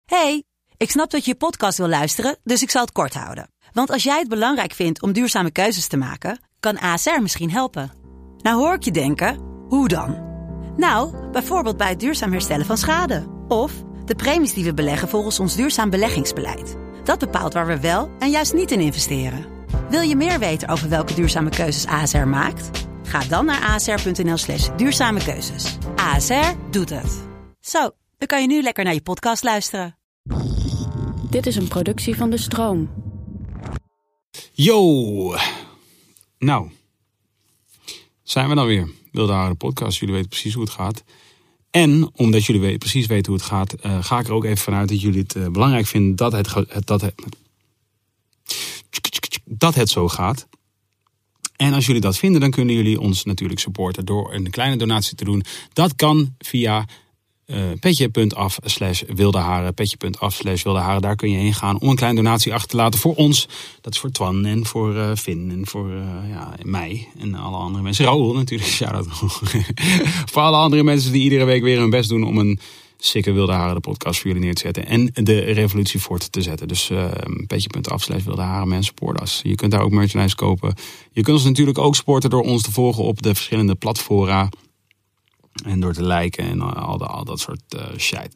Hey, ik snap dat je je podcast wil luisteren, dus ik zal het kort houden. Want als jij het belangrijk vindt om duurzame keuzes te maken, kan ASR misschien helpen. Nou hoor ik je denken, hoe dan? Nou, bijvoorbeeld bij het duurzaam herstellen van schade. Of de premies die we beleggen volgens ons duurzaam beleggingsbeleid. Dat bepaalt waar we wel en juist niet in investeren. Wil je meer weten over welke duurzame keuzes ASR maakt? Ga dan naar asr.nl/duurzame keuzes. ASR doet het. Zo, dan kan je nu lekker naar je podcast luisteren. Dit is een productie van De Stroom. Yo! Nou, zijn we dan weer. Wilde Haren podcast. Jullie weten precies hoe het gaat. En omdat jullie precies weten hoe het gaat, ga ik er ook even vanuit dat jullie het belangrijk vinden dat het zo gaat. En als jullie dat vinden, dan kunnen jullie ons natuurlijk supporten door een kleine donatie te doen. Dat kan via petje.af/wildeharen. Petje.af/wildeharen. Daar kun je heen gaan om een kleine donatie achter te laten voor ons. Dat is voor Twan en voor Finn en voor mij en alle andere mensen. Raoul natuurlijk. Shout-out. Voor alle andere mensen die iedere week weer hun best doen om een sikke Wilde Haren de podcast voor jullie neer te zetten. En de revolutie voort te zetten. Dus petje.af/wildeharen. Mensen support us. Je kunt daar ook merchandise kopen. Je kunt ons natuurlijk ook supporten door ons te volgen op de verschillende platformen. En door te liken en al dat soort shit.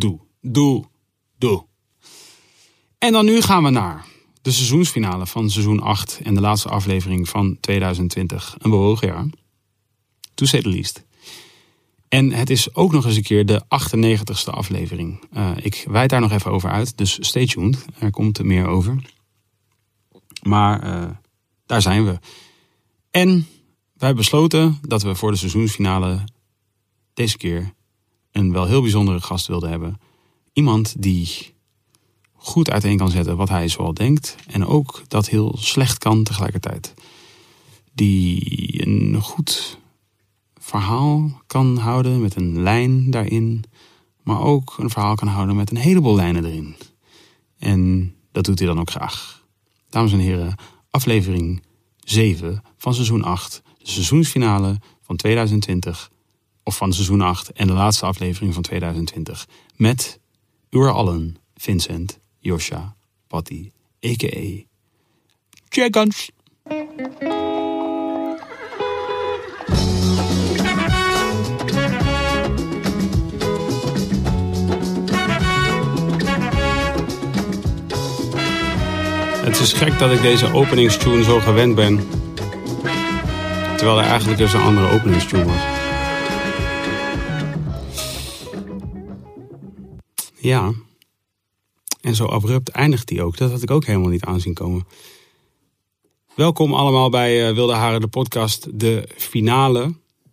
Doe. En dan nu gaan we naar de seizoensfinale van seizoen 8. En de laatste aflevering van 2020. Een bewogen jaar. To say the least. En het is ook nog eens een keer de 98ste aflevering. Ik wijd daar nog even over uit. Dus stay tuned. Er komt er meer over. Maar daar zijn we. En wij hebben besloten dat we voor de seizoensfinale deze keer een wel heel bijzondere gast wilden hebben. Iemand die goed uiteen kan zetten wat hij zoal denkt. En ook dat heel slecht kan tegelijkertijd. Die een goed verhaal kan houden met een lijn daarin. Maar ook een verhaal kan houden met een heleboel lijnen erin. En dat doet hij dan ook graag. Dames en heren, aflevering 7 van seizoen 8. De seizoensfinale van 2020. Of van seizoen 8 en de laatste aflevering van 2020. Met uw allen Vincent, Josja, Patty, a.k.a. Chickens. Het is gek dat ik deze openingstune zo gewend ben. Terwijl er eigenlijk dus een andere openingstune was. Ja, en zo abrupt eindigt die ook. Dat had ik ook helemaal niet aanzien komen. Welkom allemaal bij Wilde Haren de podcast, de finale.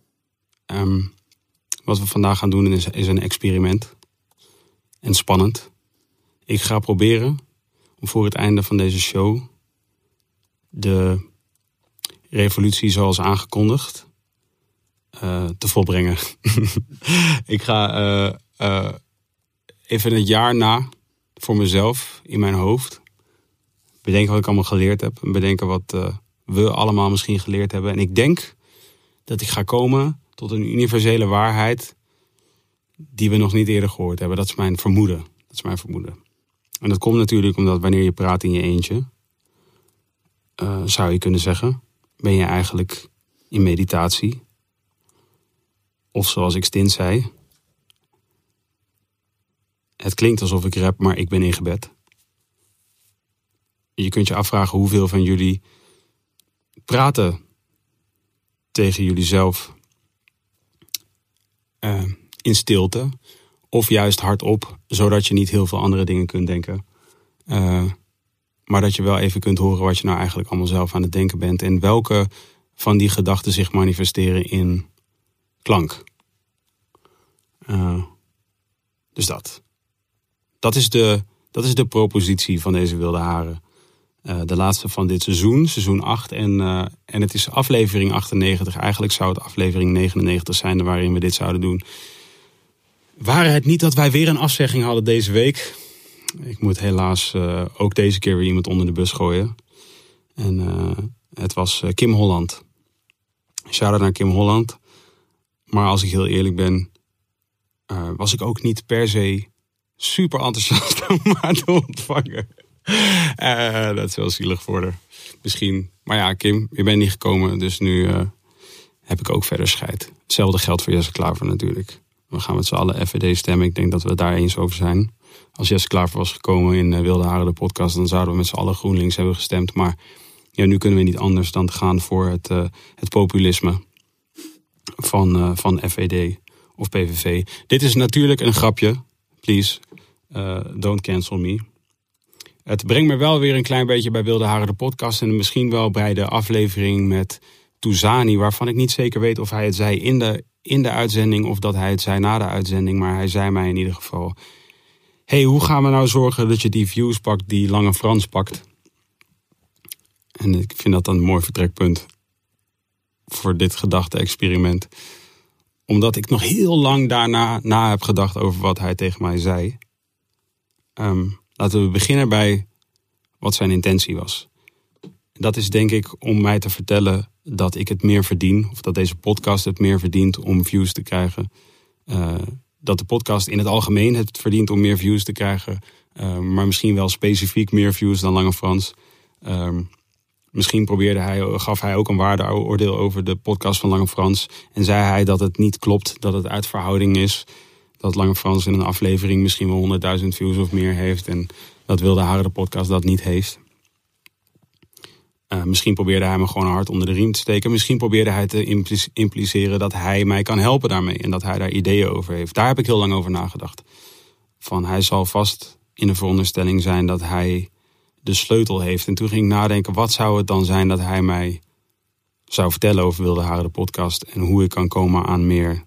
Wat we vandaag gaan doen is een experiment. En spannend. Ik ga proberen om voor het einde van deze show de revolutie zoals aangekondigd te volbrengen. Ik ga even het jaar na voor mezelf in mijn hoofd. Bedenken wat ik allemaal geleerd heb. En bedenken wat we allemaal misschien geleerd hebben. En ik denk dat ik ga komen tot een universele waarheid die we nog niet eerder gehoord hebben. Dat is mijn vermoeden. En dat komt natuurlijk omdat wanneer je praat in je eentje, zou je kunnen zeggen, ben je eigenlijk in meditatie. Of zoals ik stint zei, het klinkt alsof ik rap, maar ik ben in gebed. Je kunt je afvragen hoeveel van jullie praten tegen jullie zelf in stilte. Of juist hardop, zodat je niet heel veel andere dingen kunt denken. Maar dat je wel even kunt horen wat je nou eigenlijk allemaal zelf aan het denken bent. En welke van die gedachten zich manifesteren in klank. Dus dat. Dat is de propositie van deze Wilde Haren. De laatste van dit seizoen 8. En het is aflevering 98. Eigenlijk zou het aflevering 99 zijn waarin we dit zouden doen. Waren het niet dat wij weer een afzegging hadden deze week. Ik moet helaas ook deze keer weer iemand onder de bus gooien. En het was Kim Holland. Shout-out naar Kim Holland. Maar als ik heel eerlijk ben, was ik ook niet per se super enthousiast om haar te ontvangen. Dat is wel zielig voor haar. Misschien. Maar ja, Kim, je bent niet gekomen. Dus nu heb ik ook verder scheid. Hetzelfde geldt voor Jesse Klaver natuurlijk. We gaan met z'n allen FVD stemmen. Ik denk dat we het daar eens over zijn. Als Jesse Klaver was gekomen in Wilde Haren de podcast, dan zouden we met z'n allen GroenLinks hebben gestemd. Maar ja, nu kunnen we niet anders dan te gaan voor het populisme van FVD of PVV. Dit is natuurlijk een grapje. Please, don't cancel me. Het brengt me wel weer een klein beetje bij Wilde Haren de podcast. En misschien wel bij de aflevering met Touzani, waarvan ik niet zeker weet of hij het zei in de uitzending of dat hij het zei na de uitzending. Maar hij zei mij in ieder geval: hey, hoe gaan we nou zorgen dat je die views pakt die Lange Frans pakt? En ik vind dat een mooi vertrekpunt voor dit gedachte-experiment. Omdat ik nog heel lang daarna heb gedacht over wat hij tegen mij zei. Laten we beginnen bij wat zijn intentie was. Dat is denk ik om mij te vertellen dat ik het meer verdien. Of dat deze podcast het meer verdient om views te krijgen. Dat de podcast in het algemeen het verdient om meer views te krijgen. Maar misschien wel specifiek meer views dan Lange Frans. Misschien gaf hij ook een waardeoordeel over de podcast van Lange Frans. En zei hij dat het niet klopt, dat het uit verhouding is. Dat Lange Frans in een aflevering misschien wel 100.000 views of meer heeft. En dat Wilde Haren de podcast dat niet heeft. Misschien probeerde hij me gewoon een hart onder de riem te steken. Misschien probeerde hij te impliceren dat hij mij kan helpen daarmee. En dat hij daar ideeën over heeft. Daar heb ik heel lang over nagedacht. Hij zal vast in de veronderstelling zijn dat hij de sleutel heeft. En toen ging ik nadenken, wat zou het dan zijn dat hij mij zou vertellen over Wilde Haren de podcast. En hoe ik kan komen aan meer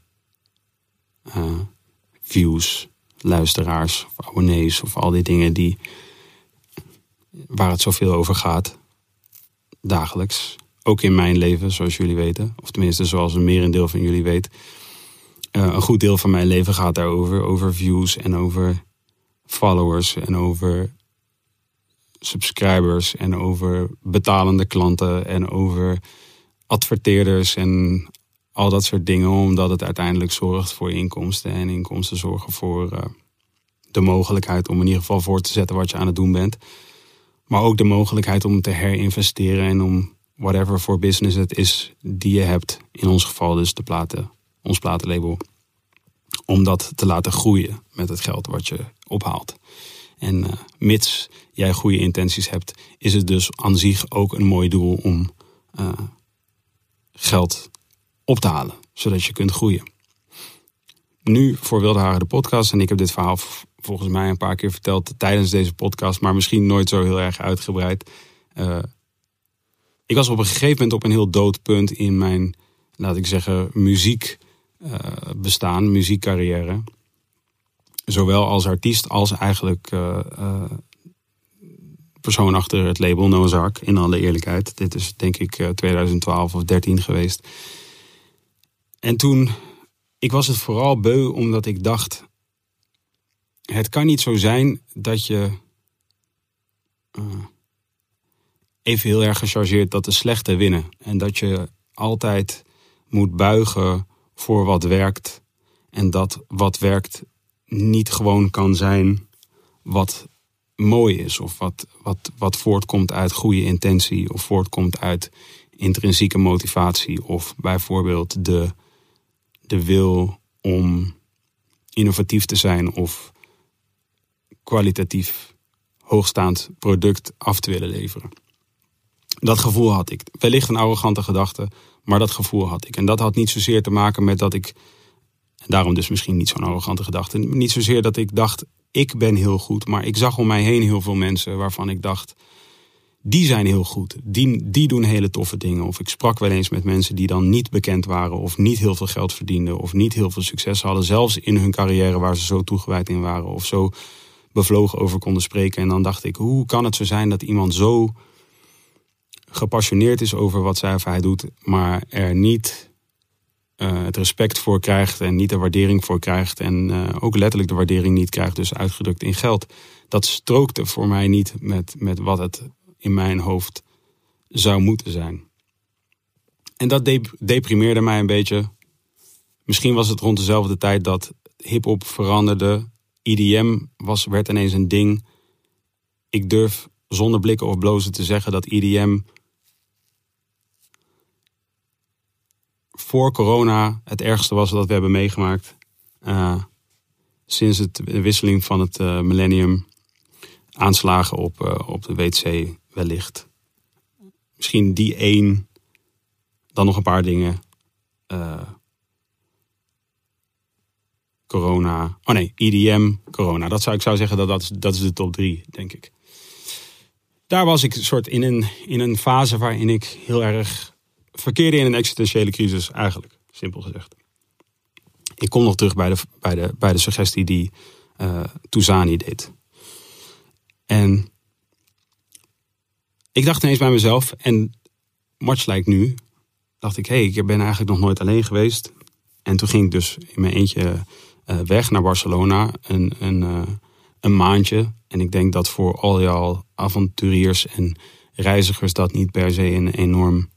views, luisteraars of abonnees of al die dingen waar het zoveel over gaat. Dagelijks. Ook in mijn leven, zoals jullie weten. Of tenminste, zoals een merendeel van jullie weet. Een goed deel van mijn leven gaat daarover. Over views en over followers en over subscribers en over betalende klanten en over adverteerders en al dat soort dingen. Omdat het uiteindelijk zorgt voor inkomsten. En inkomsten zorgen voor de mogelijkheid om in ieder geval voor te zetten wat je aan het doen bent. Maar ook de mogelijkheid om te herinvesteren en om whatever voor business het is die je hebt. In ons geval dus ons platenlabel. Om dat te laten groeien met het geld wat je ophaalt. En mits jij goede intenties hebt, is het dus aan zich ook een mooi doel om geld op te halen. Zodat je kunt groeien. Nu voor Wilde Haren de podcast. En ik heb dit verhaal volgens mij een paar keer verteld tijdens deze podcast. Maar misschien nooit zo heel erg uitgebreid. Ik was op een gegeven moment op een heel dood punt in mijn, laat ik zeggen, muziekbestaan, muziekcarrière. Zowel als artiest als eigenlijk persoon achter het label Noah's Ark, in alle eerlijkheid. Dit is denk ik 2012 of 2013 geweest. En toen, ik was het vooral beu omdat ik dacht, het kan niet zo zijn dat je even heel erg gechargeerd dat de slechte winnen. En dat je altijd moet buigen voor wat werkt. En dat wat werkt niet gewoon kan zijn wat mooi is. Of wat voortkomt uit goede intentie. Of voortkomt uit intrinsieke motivatie. Of bijvoorbeeld de wil om innovatief te zijn. Of kwalitatief hoogstaand product af te willen leveren. Dat gevoel had ik. Wellicht een arrogante gedachte, maar dat gevoel had ik. En dat had niet zozeer te maken met dat ik, en daarom dus misschien niet zo'n arrogante gedachte, niet zozeer dat ik dacht, ik ben heel goed, maar ik zag om mij heen heel veel mensen waarvan ik dacht, die zijn heel goed, die doen hele toffe dingen. Of ik sprak wel eens met mensen die dan niet bekend waren of niet heel veel geld verdienden of niet heel veel succes hadden, zelfs in hun carrière waar ze zo toegewijd in waren of zo bevlogen over konden spreken. En dan dacht ik, hoe kan het zo zijn dat iemand zo gepassioneerd is over wat zij of hij doet, maar er niet het respect voor krijgt en niet de waardering voor krijgt en ook letterlijk de waardering niet krijgt, dus uitgedrukt in geld. Dat strookte voor mij niet met wat het in mijn hoofd zou moeten zijn. En dat deprimeerde mij een beetje. Misschien was het rond dezelfde tijd dat hip-hop veranderde EDM werd ineens een ding. Ik durf zonder blikken of blozen te zeggen dat EDM voor corona het ergste was dat we hebben meegemaakt. Sinds de wisseling van het millennium. Aanslagen op de WC wellicht. Misschien die één. Dan nog een paar dingen. Corona. Oh nee, EDM, corona. Ik zou zeggen dat is de top 3, denk ik. Daar was ik soort in een fase waarin ik heel erg verkeerde in een existentiële crisis, eigenlijk. Simpel gezegd. Ik kom nog terug bij de suggestie die Touzani deed. En ik dacht ineens bij mezelf, en much like nu, dacht ik, ik ben eigenlijk nog nooit alleen geweest. En toen ging ik dus in mijn eentje weg naar Barcelona, een maandje. En ik denk dat voor al jouw avonturiers en reizigers dat niet per se een enorm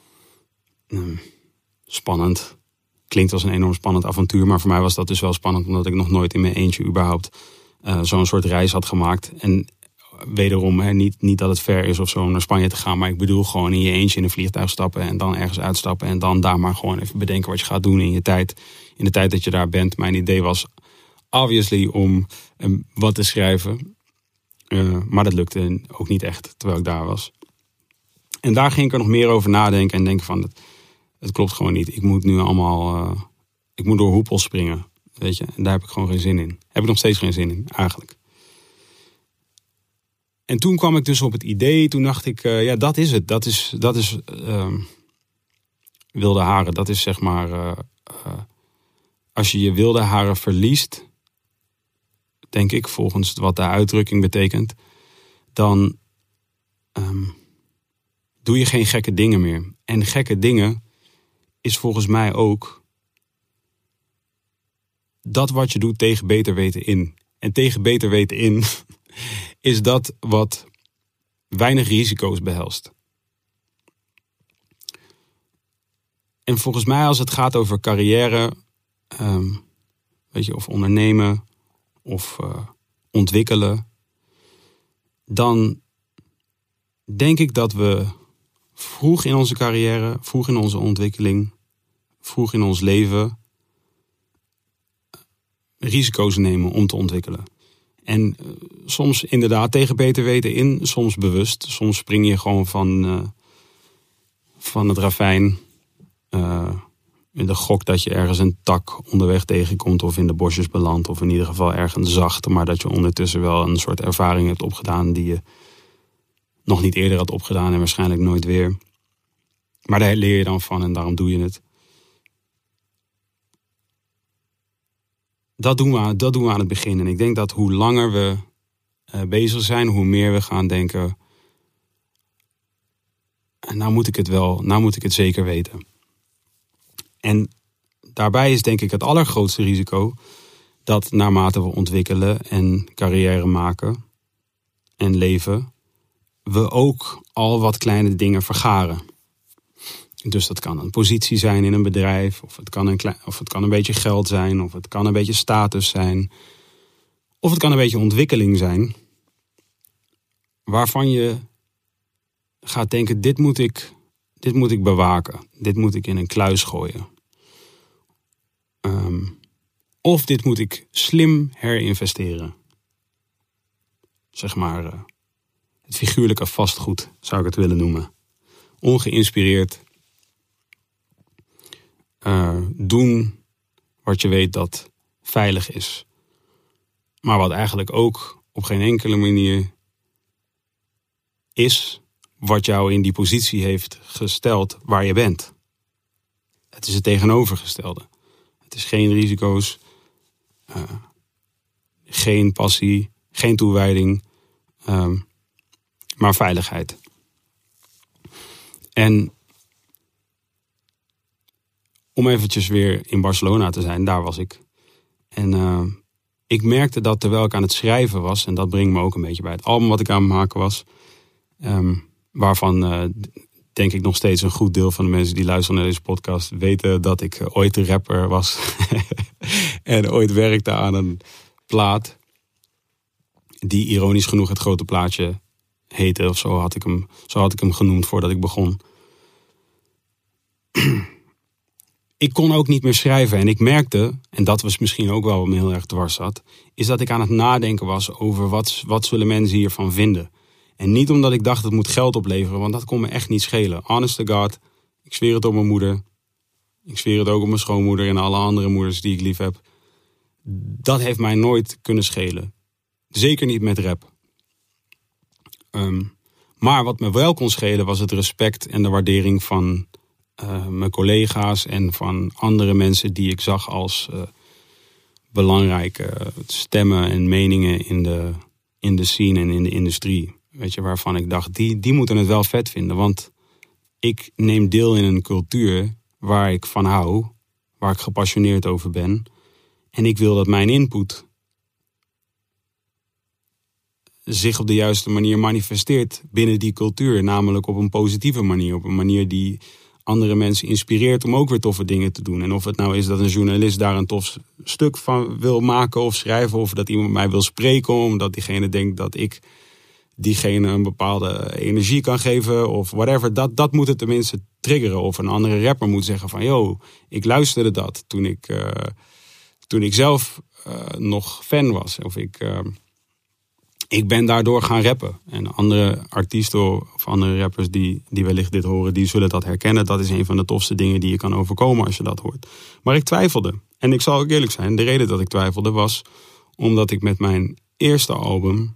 spannend klinkt als een enorm spannend avontuur. Maar voor mij was dat dus wel spannend, omdat ik nog nooit in mijn eentje überhaupt zo'n soort reis had gemaakt. En wederom, niet dat het ver is of zo om naar Spanje te gaan. Maar ik bedoel gewoon in je eentje in een vliegtuig stappen en dan ergens uitstappen. En dan daar maar gewoon even bedenken wat je gaat doen in je tijd. In de tijd dat je daar bent. Mijn idee was obviously om wat te schrijven. Maar dat lukte ook niet echt terwijl ik daar was. En daar ging ik er nog meer over nadenken en denken van, het klopt gewoon niet. Ik moet nu allemaal, ik moet door hoepels springen. Weet je, en daar heb ik gewoon geen zin in. Heb ik nog steeds geen zin in, eigenlijk. En toen kwam ik dus op het idee, toen dacht ik, dat is het. Dat is wilde haren. Dat is zeg maar, als je je wilde haren verliest, denk ik, volgens wat de uitdrukking betekent, dan doe je geen gekke dingen meer. En gekke dingen is volgens mij ook dat wat je doet tegen beter weten in. En tegen beter weten in is dat wat weinig risico's behelst. En volgens mij als het gaat over carrière, of ondernemen of ontwikkelen, dan denk ik dat we vroeg in onze carrière, vroeg in onze ontwikkeling, vroeg in ons leven risico's nemen om te ontwikkelen. En soms inderdaad tegen beter weten in, soms bewust. Soms spring je gewoon van het ravijn. In de gok dat je ergens een tak onderweg tegenkomt of in de bosjes belandt. Of in ieder geval ergens zacht. Maar dat je ondertussen wel een soort ervaring hebt opgedaan die je nog niet eerder had opgedaan en waarschijnlijk nooit weer. Maar daar leer je dan van en daarom doe je het. Dat doen we aan het begin. En ik denk dat hoe langer we bezig zijn, hoe meer we gaan denken, nou moet ik het zeker weten. En daarbij is denk ik het allergrootste risico dat naarmate we ontwikkelen en carrière maken en leven, we ook al wat kleine dingen vergaren. Dus dat kan een positie zijn in een bedrijf, of het kan een beetje geld zijn, of het kan een beetje status zijn, of het kan een beetje ontwikkeling zijn, waarvan je gaat denken, dit moet ik bewaken, dit moet ik in een kluis gooien. Of dit moet ik slim herinvesteren. Zeg maar het figuurlijke vastgoed zou ik het willen noemen. Ongeïnspireerd. Doen wat je weet dat veilig is. Maar wat eigenlijk ook op geen enkele manier is wat jou in die positie heeft gesteld waar je bent. Het is het tegenovergestelde. Het is geen risico's, geen passie, geen toewijding, maar veiligheid. En om eventjes weer in Barcelona te zijn, daar was ik. En ik merkte dat terwijl ik aan het schrijven was, en dat brengt me ook een beetje bij het album wat ik aan het maken was, waarvan denk ik nog steeds een goed deel van de mensen die luisteren naar deze podcast weten dat ik ooit een rapper was en ooit werkte aan een plaat. die ironisch genoeg Het Grote Plaatje heette. Of zo had ik hem genoemd voordat ik begon. Ik kon ook niet meer schrijven. En ik merkte, en dat was misschien ook wel wat me heel erg dwars zat, is dat ik aan het nadenken was over wat zullen mensen hiervan vinden. En niet omdat ik dacht het moet geld opleveren, want dat kon me echt niet schelen. Honest to God, ik zweer het op mijn moeder. Ik zweer het ook op mijn schoonmoeder en alle andere moeders die ik lief heb. Dat heeft mij nooit kunnen schelen. Zeker niet met rap. Maar wat me wel kon schelen was het respect en de waardering van mijn collega's en van andere mensen die ik zag als belangrijke stemmen en meningen in de scene en in de industrie. Weet je, waarvan ik dacht, die moeten het wel vet vinden. Want ik neem deel in een cultuur waar ik van hou, waar ik gepassioneerd over ben. En ik wil dat mijn input zich op de juiste manier manifesteert binnen die cultuur. Namelijk op een positieve manier. Op een manier die andere mensen inspireert om ook weer toffe dingen te doen. En of het nou is dat een journalist daar een tof stuk van wil maken of schrijven. Of dat iemand mij wil spreken omdat diegene denkt dat ik diegene een bepaalde energie kan geven. Of whatever. Dat moet het tenminste triggeren. Of een andere rapper moet zeggen van, yo, ik luisterde dat toen ik zelf nog fan was. Of ik ben daardoor gaan rappen. En andere artiesten of andere rappers die wellicht dit horen, die zullen dat herkennen. Dat is een van de tofste dingen die je kan overkomen als je dat hoort. Maar ik twijfelde. En ik zal ook eerlijk zijn, de reden dat ik twijfelde was omdat ik met mijn eerste album,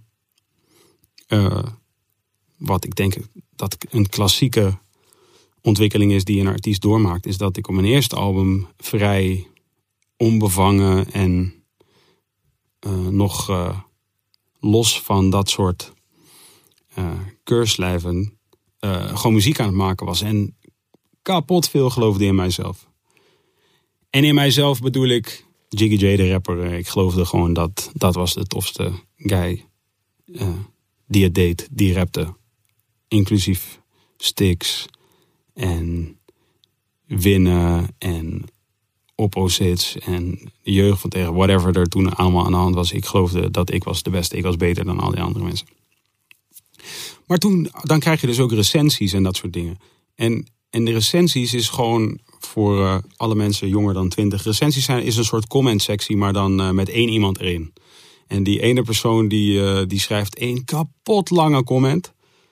wat ik denk dat een klassieke ontwikkeling is die een artiest doormaakt, is dat ik op mijn eerste album vrij onbevangen en nog los van dat soort keurslijven gewoon muziek aan het maken was. En kapot veel geloofde in mijzelf. En in mijzelf bedoel ik Jiggy J, de rapper. Ik geloofde gewoon dat was de tofste guy die het deed, die rapte. Inclusief Styx en Winnen en Opposites en de jeugd van tegen whatever er toen allemaal aan de hand was. Ik geloofde dat ik was de beste. Ik was beter dan al die andere mensen. Maar dan krijg je dus ook recensies en dat soort dingen. En de recensies is gewoon voor alle mensen jonger dan 20. Recensies is een soort comment-sectie, maar dan met 1 iemand erin. En die ene persoon die schrijft 1 kapot lange comment.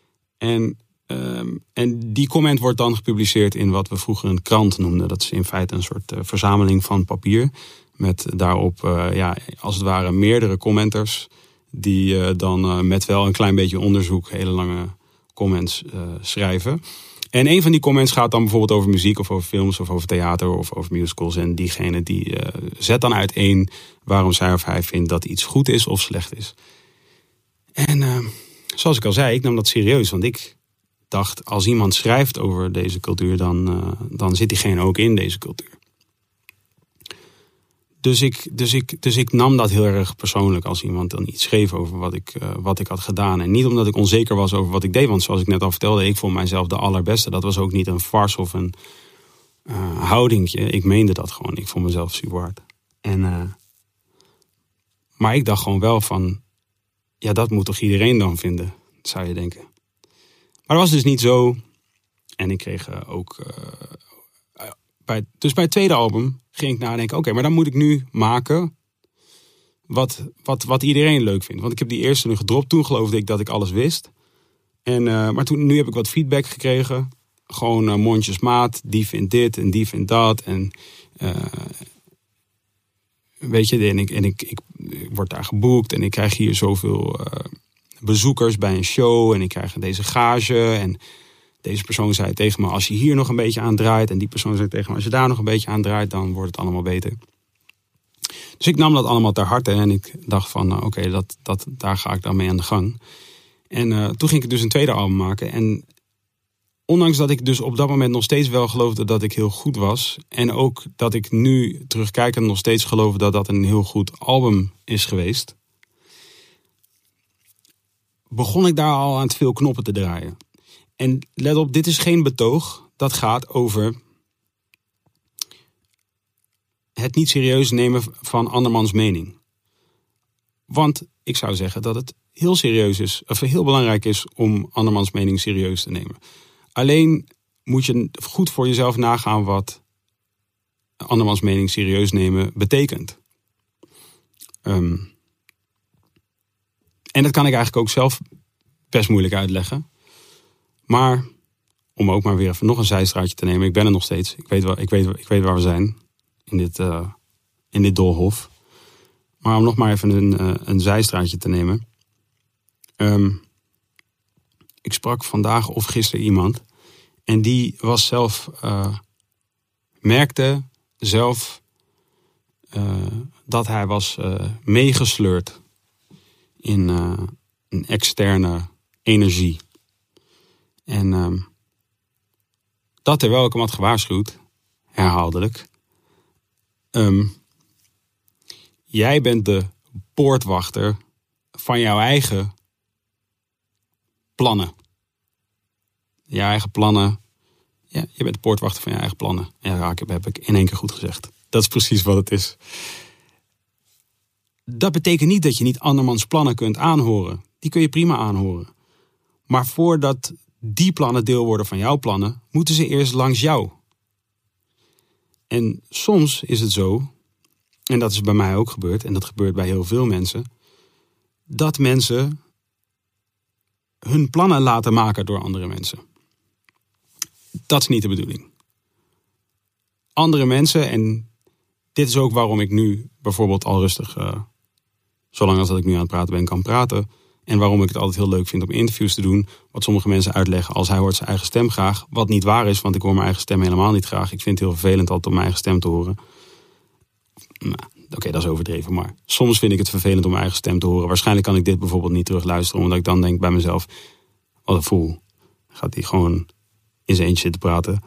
En die comment wordt dan gepubliceerd in wat we vroeger een krant noemden. Dat is in feite een soort verzameling van papier. Met daarop, als het ware meerdere commenters. Die dan met wel een klein beetje onderzoek hele lange comments schrijven. En een van die comments gaat dan bijvoorbeeld over muziek of over films of over theater of over musicals. En diegene die zet dan uiteen waarom zij of hij vindt dat iets goed is of slecht is. En zoals ik al zei, ik nam dat serieus. Want ik dacht, als iemand schrijft over deze cultuur, dan zit diegene ook in deze cultuur. Dus ik nam dat heel erg persoonlijk als iemand dan iets schreef over wat ik had gedaan. En niet omdat ik onzeker was over wat ik deed. Want zoals ik net al vertelde, ik vond mijzelf de allerbeste. Dat was ook niet een farce of een houdingje. Ik meende dat gewoon. Ik vond mezelf super hard. Maar ik dacht gewoon wel van, ja, dat moet toch iedereen dan vinden, zou je denken. Maar dat was dus niet zo. En ik kreeg ook bij het tweede album ging ik nadenken, oké, maar dan moet ik nu maken wat iedereen leuk vindt. Want ik heb die eerste nu gedropt. Toen geloofde ik dat ik alles wist. Maar nu heb ik wat feedback gekregen. Gewoon mondjesmaat. Die vindt dit en die vindt dat. En weet je, en ik word daar geboekt. En ik krijg hier zoveel bezoekers bij een show. En ik krijg deze gage. En deze persoon zei tegen me, als je hier nog een beetje aan draait. En die persoon zei tegen me, als je daar nog een beetje aan draait, dan wordt het allemaal beter. Dus ik nam dat allemaal ter harte. En ik dacht van, oké, daar ga ik dan mee aan de gang. En toen ging ik dus een tweede album maken. En ondanks dat ik dus op dat moment nog steeds wel geloofde dat ik heel goed was. En ook dat ik nu terugkijkend nog steeds geloof dat dat een heel goed album is geweest. Begon ik daar al aan te veel knoppen te draaien. En let op, dit is geen betoog. Dat gaat over het niet serieus nemen van andermans mening. Want ik zou zeggen dat het heel serieus is, of heel belangrijk is om andermans mening serieus te nemen. Alleen moet je goed voor jezelf nagaan wat andermans mening serieus nemen betekent. En dat kan ik eigenlijk ook zelf best moeilijk uitleggen. Maar om ook maar weer even nog een zijstraatje te nemen. Ik ben er nog steeds. Ik weet waar we zijn. In dit doolhof. Maar om nog maar even een zijstraatje te nemen. Ik sprak vandaag of gisteren iemand. En die was zelf... merkte zelf... dat hij was meegesleurd in een externe energie. En dat terwijl ik hem had gewaarschuwd, herhaaldelijk. Jij bent de poortwachter van jouw eigen plannen. Jouw eigen plannen. Ja, je bent de poortwachter van je eigen plannen. Ja, heb ik in één keer goed gezegd. Dat is precies wat het is. Dat betekent niet dat je niet andermans plannen kunt aanhoren. Die kun je prima aanhoren. Maar voordat die plannen deel worden van jouw plannen, moeten ze eerst langs jou. En soms is het zo, en dat is bij mij ook gebeurd, en dat gebeurt bij heel veel mensen, dat mensen hun plannen laten maken door andere mensen. Dat is niet de bedoeling. Andere mensen, en dit is ook waarom ik nu bijvoorbeeld al rustig, zolang als dat ik nu aan het praten ben, kan praten. En waarom ik het altijd heel leuk vind om interviews te doen. Wat sommige mensen uitleggen als hij hoort zijn eigen stem graag. Wat niet waar is, want ik hoor mijn eigen stem helemaal niet graag. Ik vind het heel vervelend altijd om mijn eigen stem te horen. Nou, oké, dat is overdreven. Maar soms vind ik het vervelend om mijn eigen stem te horen. Waarschijnlijk kan ik dit bijvoorbeeld niet terugluisteren. Omdat ik dan denk bij mezelf, wat een fool. Gaat hij gewoon in zijn eentje zitten praten.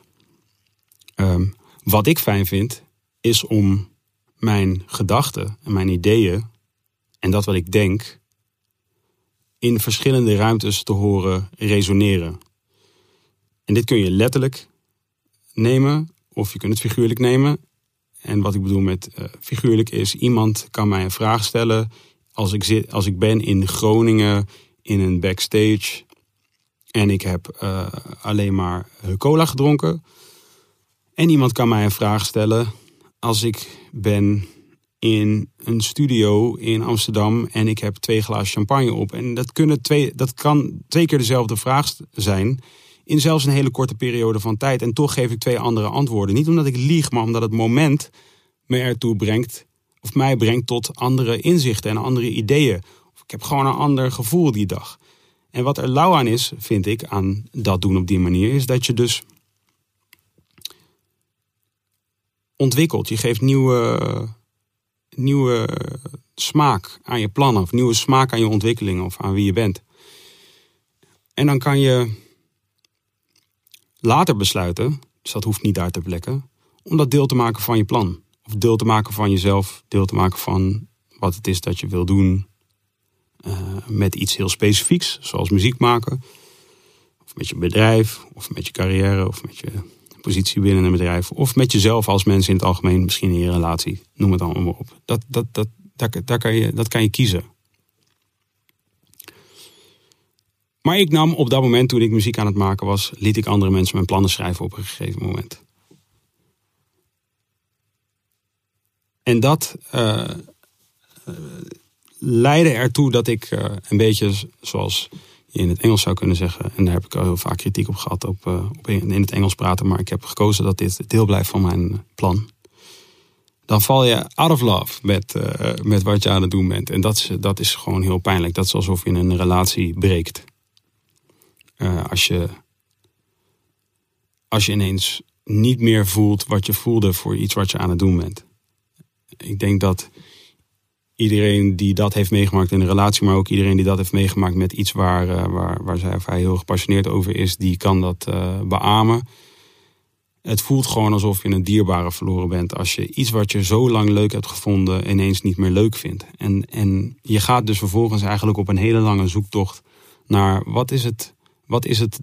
Wat ik fijn vind, is om mijn gedachten en mijn ideeën en dat wat ik denk in verschillende ruimtes te horen resoneren. En dit kun je letterlijk nemen of je kunt het figuurlijk nemen. En wat ik bedoel met figuurlijk is, iemand kan mij een vraag stellen als ik ben in Groningen in een backstage en ik heb alleen maar cola gedronken. En iemand kan mij een vraag stellen als ik ben in een studio in Amsterdam en ik heb 2 glazen champagne op. En dat kan 2 keer dezelfde vraag zijn in zelfs een hele korte periode van tijd. En toch geef ik 2 andere antwoorden. Niet omdat ik lieg, maar omdat het moment me ertoe brengt of mij brengt tot andere inzichten en andere ideeën. Of ik heb gewoon een ander gevoel die dag. En wat er lauw aan is, vind ik, aan dat doen op die manier, is dat je dus ontwikkelt. Je geeft nieuwe smaak aan je plannen of nieuwe smaak aan je ontwikkelingen of aan wie je bent. En dan kan je later besluiten, dus dat hoeft niet daar te plekken, om dat deel te maken van je plan. Of deel te maken van jezelf, deel te maken van wat het is dat je wil doen met iets heel specifieks, zoals muziek maken. Of met je bedrijf, of met je carrière, of met je positie binnen een bedrijf. Of met jezelf als mens in het algemeen, misschien in je relatie. Noem het allemaal maar op. Dat kan je kiezen. Maar ik nam op dat moment, toen ik muziek aan het maken was, liet ik andere mensen mijn plannen schrijven op een gegeven moment. En dat leidde ertoe dat ik een beetje, zoals je in het Engels zou kunnen zeggen, en daar heb ik al heel vaak kritiek op gehad op in het Engels praten, maar ik heb gekozen dat dit deel blijft van mijn plan. Dan val je out of love met wat je aan het doen bent. En dat is gewoon heel pijnlijk. Dat is alsof je een relatie breekt. Als je ineens niet meer voelt wat je voelde voor iets wat je aan het doen bent. Ik denk dat iedereen die dat heeft meegemaakt in een relatie, maar ook iedereen die dat heeft meegemaakt met iets waar zij of hij heel gepassioneerd over is, die kan dat beamen. Het voelt gewoon alsof je een dierbare verloren bent als je iets wat je zo lang leuk hebt gevonden ineens niet meer leuk vindt. En je gaat dus vervolgens eigenlijk op een hele lange zoektocht naar wat is het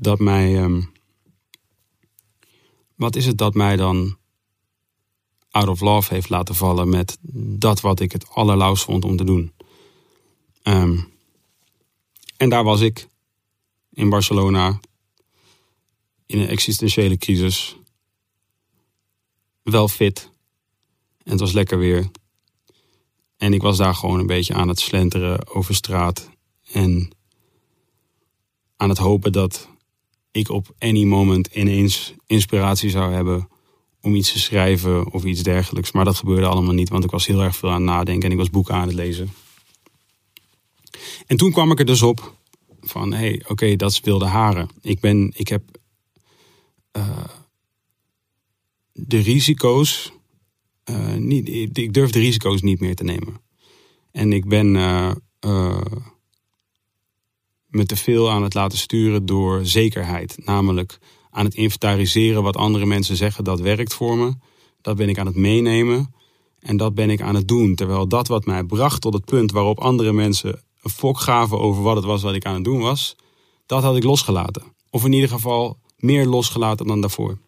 dat mij dan out of love heeft laten vallen met dat wat ik het allerlauwst vond om te doen. En daar was ik. In Barcelona. In een existentiële crisis. Wel fit. En het was lekker weer. En ik was daar gewoon een beetje aan het slenteren over straat. En aan het hopen dat ik op any moment ineens inspiratie zou hebben om iets te schrijven of iets dergelijks. Maar dat gebeurde allemaal niet, want ik was heel erg veel aan het nadenken en ik was boeken aan het lezen. En toen kwam ik er dus op van, oké, dat is Wilde Haren. Ik heb de risico's, ik durf de risico's niet meer te nemen. En ik ben me te veel aan het laten sturen door zekerheid. Namelijk aan het inventariseren wat andere mensen zeggen, dat werkt voor me. Dat ben ik aan het meenemen en dat ben ik aan het doen. Terwijl dat wat mij bracht tot het punt waarop andere mensen een fok gaven over wat het was wat ik aan het doen was, dat had ik losgelaten. Of in ieder geval meer losgelaten dan daarvoor.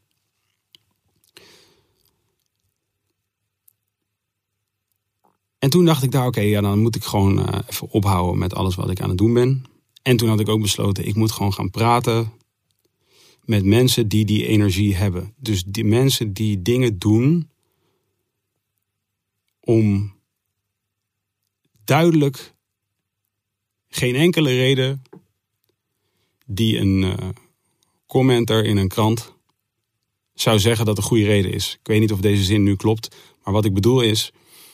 En toen dacht ik daar, dan moet ik gewoon even ophouden met alles wat ik aan het doen ben. En toen had ik ook besloten, ik moet gewoon gaan praten met mensen die die energie hebben. Dus die mensen die dingen doen om duidelijk geen enkele reden die een commenter in een krant zou zeggen dat een goede reden is. Ik weet niet of deze zin nu klopt, maar wat ik bedoel is,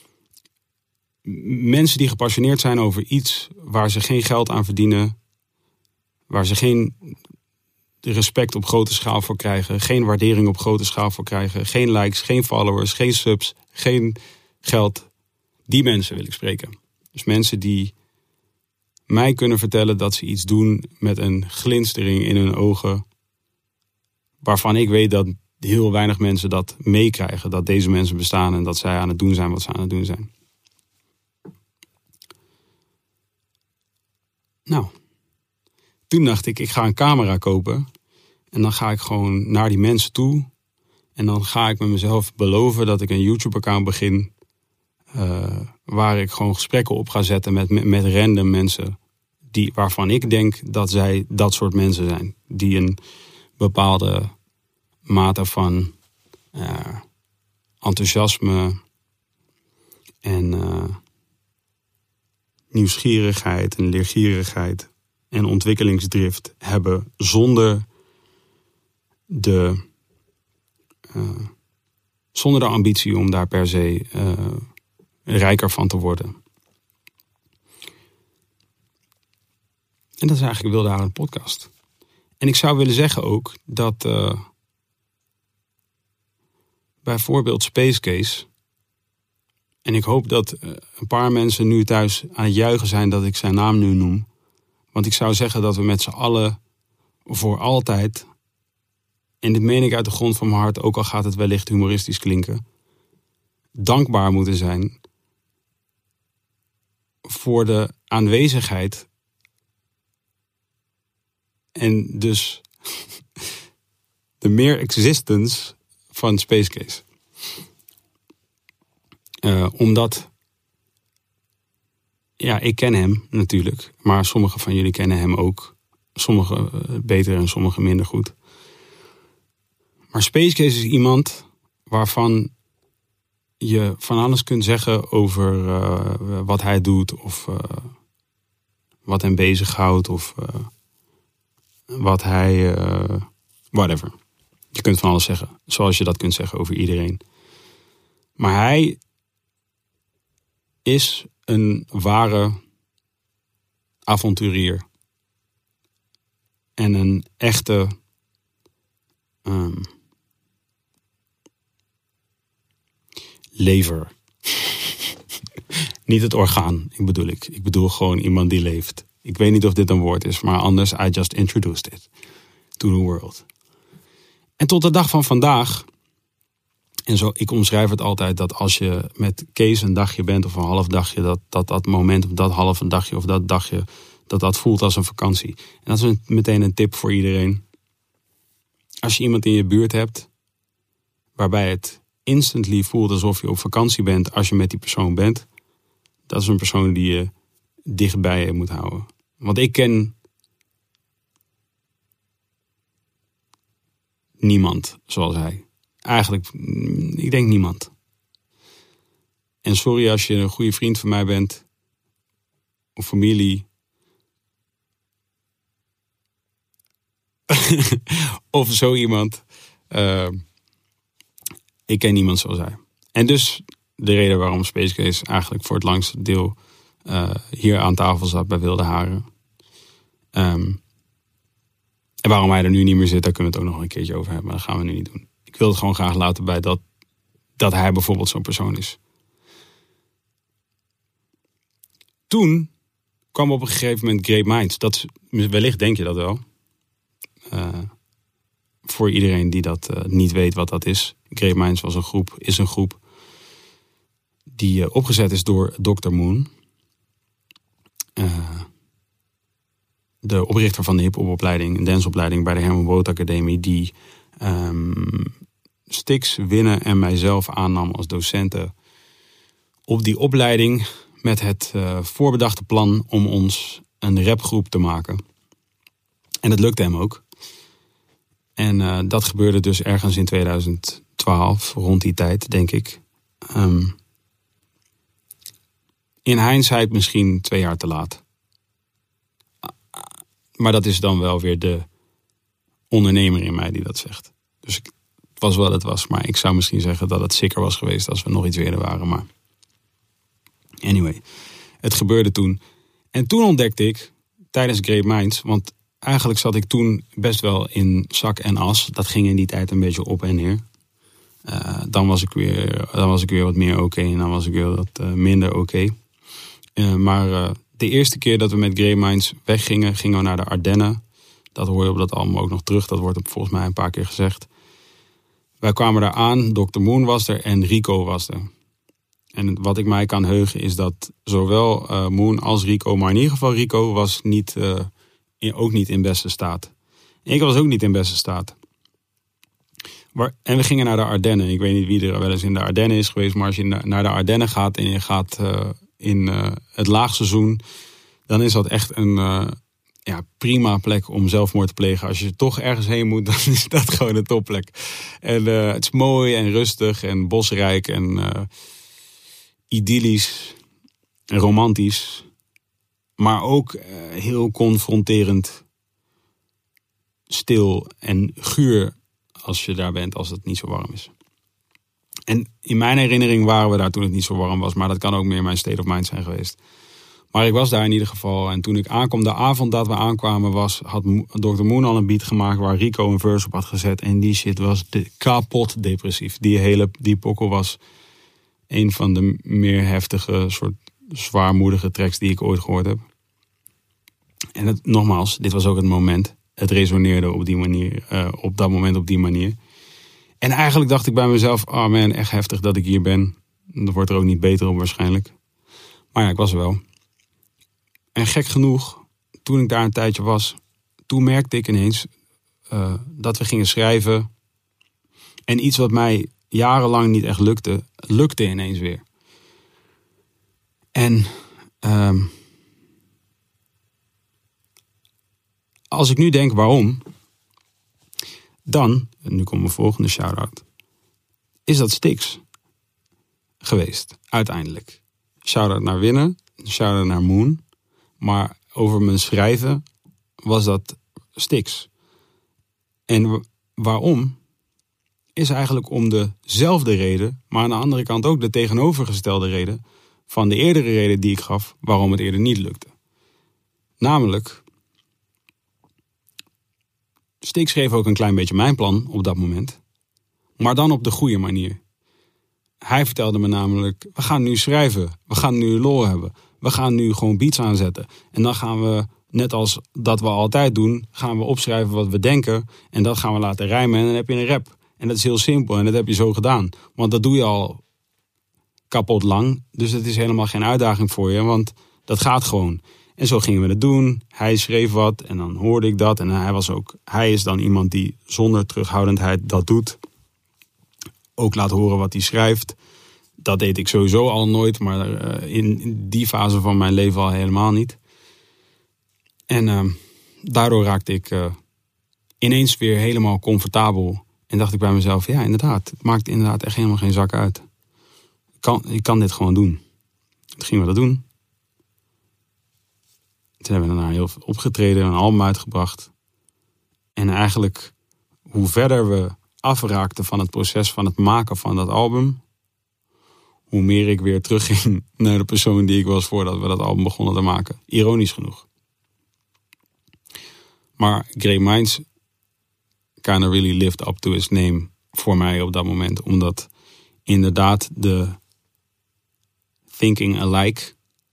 mensen die gepassioneerd zijn over iets waar ze geen geld aan verdienen, waar ze geen respect op grote schaal voor krijgen, geen waardering op grote schaal voor krijgen, geen likes, geen followers, geen subs, geen geld. Die mensen wil ik spreken. Dus mensen die mij kunnen vertellen dat ze iets doen met een glinstering in hun ogen, waarvan ik weet dat heel weinig mensen dat meekrijgen, dat deze mensen bestaan en dat zij aan het doen zijn wat ze aan het doen zijn. Nou, toen dacht ik ga een camera kopen en dan ga ik gewoon naar die mensen toe en dan ga ik met mezelf beloven dat ik een YouTube-account begin waar ik gewoon gesprekken op ga zetten met random mensen waarvan ik denk dat zij dat soort mensen zijn. Die een bepaalde mate van enthousiasme en nieuwsgierigheid en leergierigheid en ontwikkelingsdrift hebben zonder de ambitie om daar per se rijker van te worden. En dat is eigenlijk Wilde Haren podcast. En ik zou willen zeggen ook dat bijvoorbeeld Space Case, en ik hoop dat een paar mensen nu thuis aan het juichen zijn dat ik zijn naam nu noem. Want ik zou zeggen dat we met z'n allen voor altijd, en dit meen ik uit de grond van mijn hart, ook al gaat het wellicht humoristisch klinken, dankbaar moeten zijn voor de aanwezigheid en dus de mere existence van Space Case. Omdat, ik ken hem natuurlijk, maar sommigen van jullie kennen hem ook. Sommigen beter en sommigen minder goed. Maar Space Case is iemand waarvan je van alles kunt zeggen over wat hij doet of wat hem bezighoudt of wat hij, whatever. Je kunt van alles zeggen, zoals je dat kunt zeggen over iedereen. Maar hij is een ware avonturier. En een echte lever. Niet het orgaan, ik bedoel gewoon iemand die leeft. Ik weet niet of dit een woord is, maar anders, I just introduced it to the world. En tot de dag van vandaag, en zo, ik omschrijf het altijd dat als je met Kees een dagje bent of een half dagje, dat moment of dat halve dagje of dat dagje, dat voelt als een vakantie. En dat is meteen een tip voor iedereen. Als je iemand in je buurt hebt, waarbij het instantly voelt alsof je op vakantie bent als je met die persoon bent, dat is een persoon die je dichtbij je moet houden. Want ik ken niemand zoals hij. Eigenlijk, ik denk niemand. En sorry als je een goede vriend van mij bent. Of familie. Of zo iemand. Ik ken niemand zoals hij. En dus de reden waarom Space Case eigenlijk voor het langste deel hier aan tafel zat bij Wilde Haren. En waarom hij er nu niet meer zit, daar kunnen we het ook nog een keertje over hebben. Maar dat gaan we nu niet doen. Ik wil het gewoon graag laten bij dat hij bijvoorbeeld zo'n persoon is. Toen kwam op een gegeven moment Great Minds. Wellicht denk je dat wel. Voor iedereen die dat niet weet wat dat is. Great Minds is een groep die opgezet is door Dr. Moon. De oprichter van de hiphopopleiding, een danceopleiding bij de Herman Brood Academie, die Stix, Winne en mijzelf aannam als docenten op die opleiding met het voorbedachte plan om ons een rapgroep te maken. En dat lukte hem ook. En dat gebeurde dus ergens in 2012, rond die tijd, denk ik. In hindsight misschien 2 jaar te laat. Maar dat is dan wel weer de ondernemer in mij die dat zegt. Dus het was wat het was. Maar ik zou misschien zeggen dat het sicker was geweest als we nog iets eerder waren. Maar anyway, het gebeurde toen. En toen ontdekte ik, tijdens Great Minds, want eigenlijk zat ik toen best wel in zak en as. Dat ging in die tijd een beetje op en neer. Dan was ik weer wat meer oké en dan was ik weer wat minder oké. Maar de eerste keer dat we met Great Minds weggingen, gingen we naar de Ardennen. Dat hoor je op dat album ook nog terug. Dat wordt volgens mij een paar keer gezegd. Wij kwamen daar aan, Dr. Moon was er en Rico was er. En wat ik mij kan heugen is dat zowel Moon als Rico, maar in ieder geval Rico was ook niet in beste staat. Ik was ook niet in beste staat. En we gingen naar de Ardennen. Ik weet niet wie er wel eens in de Ardennen is geweest, maar als je naar de Ardennen gaat en je gaat in het laagseizoen, dan is dat echt een prima plek om zelfmoord te plegen. Als je toch ergens heen moet, dan is dat gewoon een topplek. En het is mooi en rustig en bosrijk en idyllisch en romantisch. Maar ook heel confronterend stil en guur als je daar bent, als het niet zo warm is. En in mijn herinnering waren we daar toen het niet zo warm was. Maar dat kan ook meer mijn state of mind zijn geweest. Maar ik was daar in ieder geval. En toen ik aankwam, de avond dat we aankwamen, had Dr. Moon al een beat gemaakt waar Rico een verse op had gezet. En die shit was kapot depressief. Die pokkel was een van de meer heftige, soort zwaarmoedige tracks die ik ooit gehoord heb. En nogmaals, dit was ook het moment. Het resoneerde op die manier, op dat moment op die manier. En eigenlijk dacht ik bij mezelf, oh man, echt heftig dat ik hier ben. Dat wordt er ook niet beter op waarschijnlijk. Maar ja, ik was er wel. En gek genoeg, toen ik daar een tijdje was, toen merkte ik ineens dat we gingen schrijven. En iets wat mij jarenlang niet echt lukte ineens weer. En als ik nu denk waarom, dan, en nu komt mijn volgende shout-out, is dat Stix geweest, uiteindelijk. Shout-out naar Winne, shout-out naar Moon. Maar over mijn schrijven was dat Stix. En waarom? Is eigenlijk om dezelfde reden, maar aan de andere kant ook de tegenovergestelde reden van de eerdere reden die ik gaf waarom het eerder niet lukte. Namelijk, Stix schreef ook een klein beetje mijn plan op dat moment, maar dan op de goede manier. Hij vertelde me namelijk, we gaan nu schrijven, we gaan nu lol hebben, we gaan nu gewoon beats aanzetten. En dan gaan we, net als dat we altijd doen, gaan we opschrijven wat we denken en dat gaan we laten rijmen en dan heb je een rap. En dat is heel simpel en dat heb je zo gedaan. Want dat doe je al kapot lang. Dus het is helemaal geen uitdaging voor je, want dat gaat gewoon. En zo gingen we het doen. Hij schreef wat en dan hoorde ik dat. En hij is dan iemand die zonder terughoudendheid dat doet. Ook laat horen wat hij schrijft. Dat deed ik sowieso al nooit, maar in die fase van mijn leven al helemaal niet. En daardoor raakte ik ineens weer helemaal comfortabel. En dacht ik bij mezelf, ja inderdaad, het maakt inderdaad echt helemaal geen zak uit. Ik kan dit gewoon doen. Toen gingen we dat doen. Toen hebben we daarna heel veel opgetreden, een album uitgebracht. En eigenlijk, hoe verder we afraakten van het proces van het maken van dat album, hoe meer ik weer terugging naar de persoon die ik was voordat we dat album begonnen te maken. Ironisch genoeg. Maar Great Minds kinda really lived up to its name voor mij op dat moment. Omdat inderdaad de thinking alike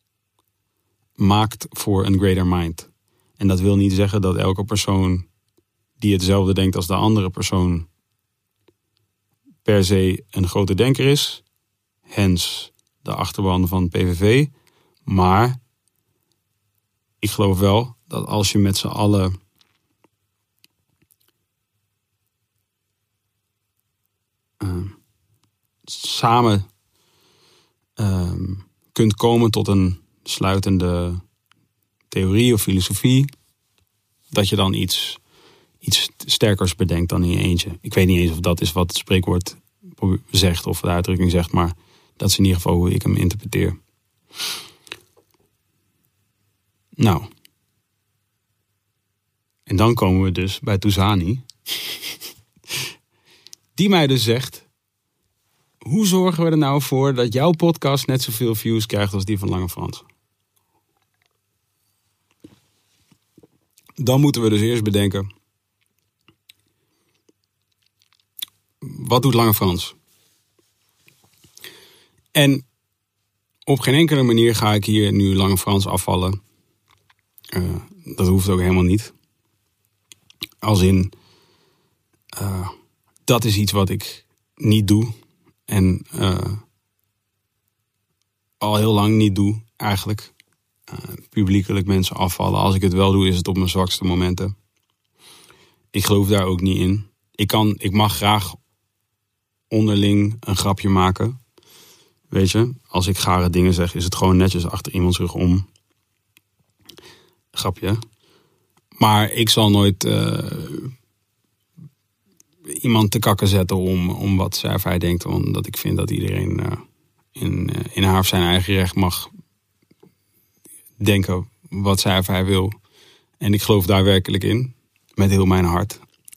maakt voor een greater mind. En dat wil niet zeggen dat elke persoon die hetzelfde denkt als de andere persoon per se een grote denker is. Hens de achterban van PVV. Maar ik geloof wel dat als je met z'n allen samen kunt komen tot een sluitende theorie of filosofie, dat je dan iets sterkers bedenkt dan in je eentje. Ik weet niet eens of dat is wat het spreekwoord zegt of de uitdrukking zegt, maar dat is in ieder geval hoe ik hem interpreteer. Nou. En dan komen we dus bij Touzani. Die mij dus zegt, hoe zorgen we er nou voor dat jouw podcast net zoveel views krijgt als die van Lange Frans? Dan moeten we dus eerst bedenken, wat doet Lange Frans? En op geen enkele manier ga ik hier nu Lange Frans afvallen. Dat hoeft ook helemaal niet. Als in, dat is iets wat ik niet doe. En al heel lang niet doe, eigenlijk. Publiekelijk mensen afvallen. Als ik het wel doe, is het op mijn zwakste momenten. Ik geloof daar ook niet in. Ik mag graag onderling een grapje maken. Weet je, als ik gare dingen zeg, is het gewoon netjes achter iemands rug om. Grapje. Maar ik zal nooit iemand te kakken zetten om wat zij of hij denkt. Omdat ik vind dat iedereen in haar of zijn eigen recht mag denken wat zij of hij wil. En ik geloof daar werkelijk in. Met heel mijn hart.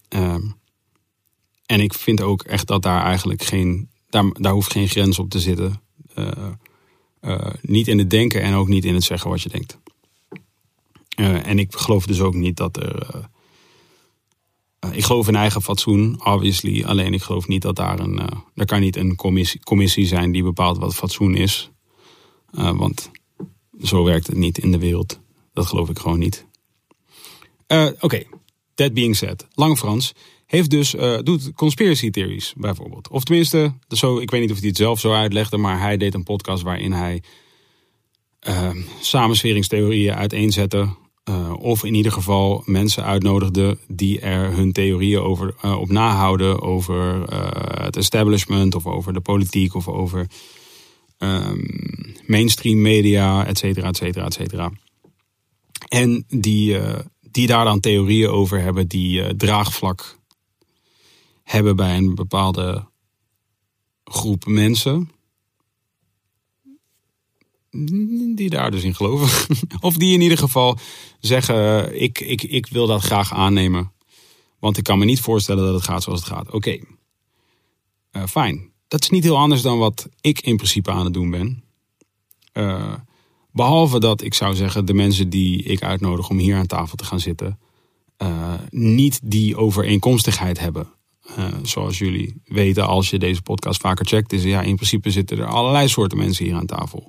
En ik vind ook echt dat daar eigenlijk daar hoeft geen grens op te zitten. Niet in het denken en ook niet in het zeggen wat je denkt. En ik geloof dus ook niet dat er... ik geloof in eigen fatsoen, obviously. Alleen ik geloof niet dat er kan niet een commissie zijn die bepaalt wat fatsoen is. Want zo werkt het niet in de wereld. Dat geloof ik gewoon niet. Oké. That being said. Lange Frans heeft dus, doet conspiracy theories bijvoorbeeld. Of tenminste, ik weet niet of hij het zelf zo uitlegde, maar hij deed een podcast waarin hij samensweringstheorieën uiteenzette. Of in ieder geval mensen uitnodigde die er hun theorieën op nahouden over het establishment of over de politiek of over mainstream media, et cetera, et cetera, et cetera. En die daar dan theorieën over hebben die draagvlak hebben bij een bepaalde groep mensen. Die daar dus in geloven. Of die in ieder geval zeggen, ik wil dat graag aannemen. Want ik kan me niet voorstellen dat het gaat zoals het gaat. Oké. Fijn. Dat is niet heel anders dan wat ik in principe aan het doen ben. Behalve dat ik zou zeggen, de mensen die ik uitnodig om hier aan tafel te gaan zitten, niet die overeenkomstigheid hebben. Zoals jullie weten als je deze podcast vaker checkt, is in principe zitten er allerlei soorten mensen hier aan tafel.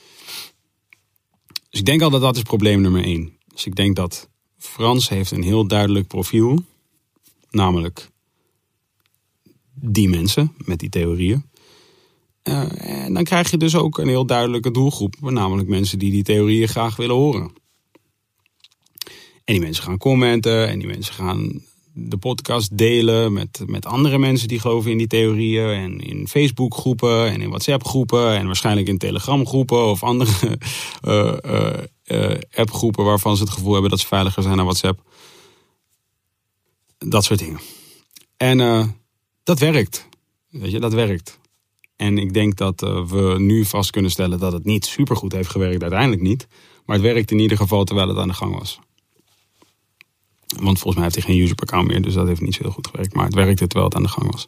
Dus ik denk al dat is probleem nummer 1. Dus ik denk dat Frans heeft een heel duidelijk profiel. Namelijk die mensen met die theorieën. En dan krijg je dus ook een heel duidelijke doelgroep. Namelijk mensen die theorieën graag willen horen. En die mensen gaan commenten. En die mensen gaan de podcast delen met andere mensen die geloven in die theorieën. En in Facebook groepen en in WhatsApp groepen. En waarschijnlijk in Telegram groepen of andere appgroepen waarvan ze het gevoel hebben dat ze veiliger zijn dan WhatsApp. Dat soort dingen. En dat werkt. Weet je, dat werkt. En ik denk dat we nu vast kunnen stellen dat het niet supergoed heeft gewerkt. Uiteindelijk niet. Maar het werkt in ieder geval terwijl het aan de gang was. Want volgens mij heeft hij geen user-account meer. Dus dat heeft niet zo heel goed gewerkt. Maar het werkte terwijl het aan de gang was.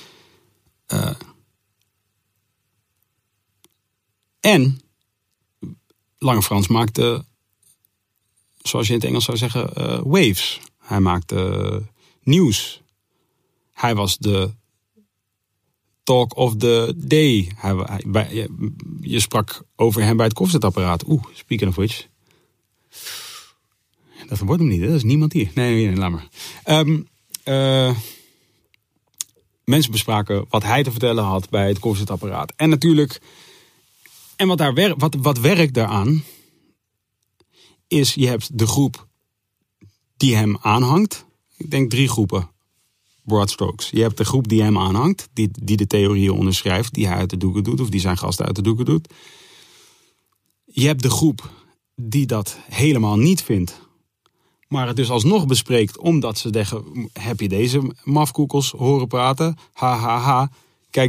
En Lange Frans maakte, zoals je in het Engels zou zeggen, waves. Hij maakte nieuws. Hij was de talk of the day. Je sprak over hem bij het koffiezetapparaat. Speaking of which. Dat wordt hem niet, hè? Dat is niemand hier. Nee, laat maar. Mensen bespraken wat hij te vertellen had bij het koffiezetapparaat. En natuurlijk, en wat werkt daaraan, is je hebt de groep die hem aanhangt. Ik denk 3 groepen. Broad strokes. Je hebt de groep die hem aanhangt, die de theorieën onderschrijft, die hij uit de doeken doet, of die zijn gasten uit de doeken doet. Je hebt de groep die dat helemaal niet vindt, maar het dus alsnog bespreekt, omdat ze zeggen, heb je deze mafkoekels horen praten? Ha, ha, ha. Kijk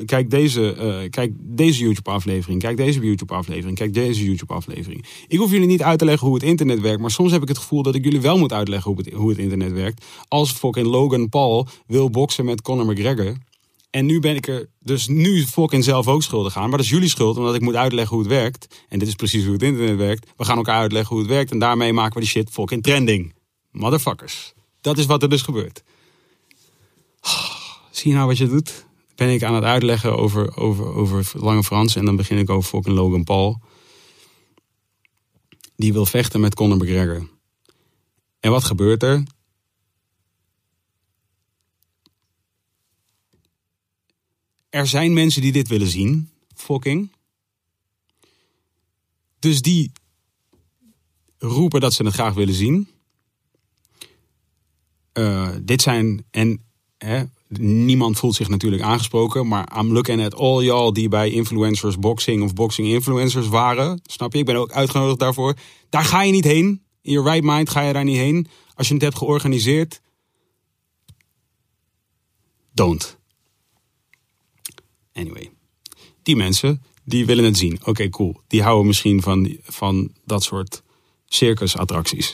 deze YouTube-aflevering. Kijk deze YouTube-aflevering. Kijk deze YouTube-aflevering. Ik hoef jullie niet uit te leggen hoe het internet werkt. Maar soms heb ik het gevoel dat ik jullie wel moet uitleggen hoe het internet werkt. Als fucking Logan Paul wil boksen met Conor McGregor. En nu ben ik er dus nu fucking zelf ook schuldig aan. Maar dat is jullie schuld, omdat ik moet uitleggen hoe het werkt. En dit is precies hoe het internet werkt. We gaan elkaar uitleggen hoe het werkt. En daarmee maken we die shit fucking trending. Motherfuckers. Dat is wat er dus gebeurt. Zie je nou wat je doet? Ben ik aan het uitleggen over Lange Frans. En dan begin ik over fucking Logan Paul. Die wil vechten met Conor McGregor. En wat gebeurt er? Er zijn mensen die dit willen zien. Fucking. Dus die roepen dat ze het graag willen zien. Dit zijn... Niemand voelt zich natuurlijk aangesproken. Maar I'm looking at all y'all die bij influencers boxing of boxing influencers waren. Snap je? Ik ben ook uitgenodigd daarvoor. Daar ga je niet heen. In your right mind ga je daar niet heen. Als je het hebt georganiseerd. Don't. Anyway. Die mensen, die willen het zien. Oké, cool. Die houden misschien van dat soort circusattracties.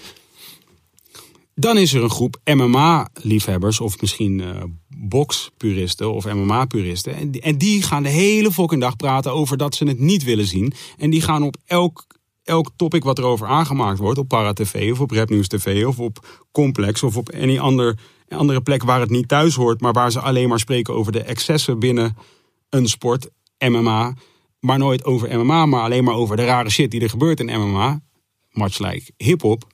Dan is er een groep MMA-liefhebbers of misschien bokspuristen of MMA-puristen. En die gaan de hele fucking dag praten over dat ze het niet willen zien. En die gaan op elk topic wat erover aangemaakt wordt, op Para TV of op Rapnieuws TV of op Complex of op any andere plek waar het niet thuis hoort, maar waar ze alleen maar spreken over de excessen binnen een sport, MMA. Maar nooit over MMA, maar alleen maar over de rare shit die er gebeurt in MMA. Much like hip-hop.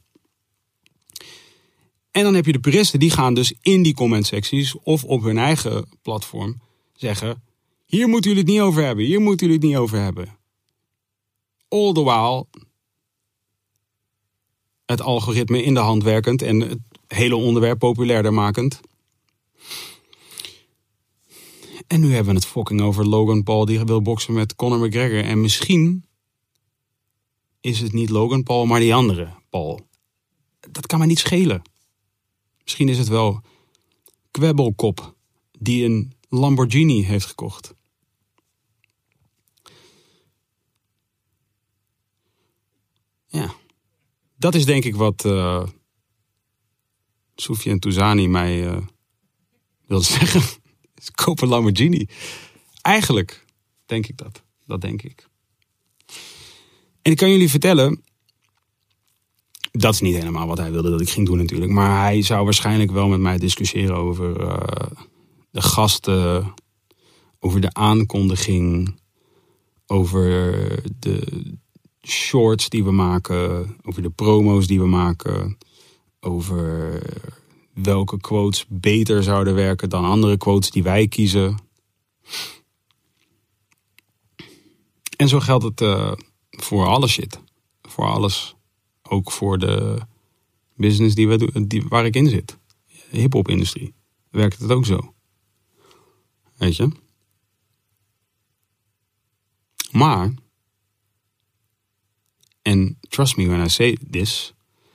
En dan heb je de puristen, die gaan dus in die comment-secties of op hun eigen platform zeggen, hier moeten jullie het niet over hebben, hier moeten jullie het niet over hebben. All the while het algoritme in de hand werkend en het hele onderwerp populairder makend. En nu hebben we het fucking over Logan Paul die wil boksen met Conor McGregor. En misschien is het niet Logan Paul, maar die andere Paul. Dat kan mij niet schelen. Misschien is het wel Kwebbelkop die een Lamborghini heeft gekocht. Ja, dat is denk ik wat Soufiane Touzani mij wilde zeggen. Koop een Lamborghini. Eigenlijk denk ik dat. Dat denk ik. En ik kan jullie vertellen, dat is niet helemaal wat hij wilde dat ik ging doen natuurlijk. Maar hij zou waarschijnlijk wel met mij discussiëren over de gasten, over de aankondiging, over de shorts die we maken, over de promo's die we maken, over welke quotes beter zouden werken dan andere quotes die wij kiezen. En zo geldt het voor alle shit. Voor alles. Ook voor de business die we doen, waar ik in zit. De hip-hop-industrie. Werkt het ook zo. Weet je? Maar En trust me when I say this.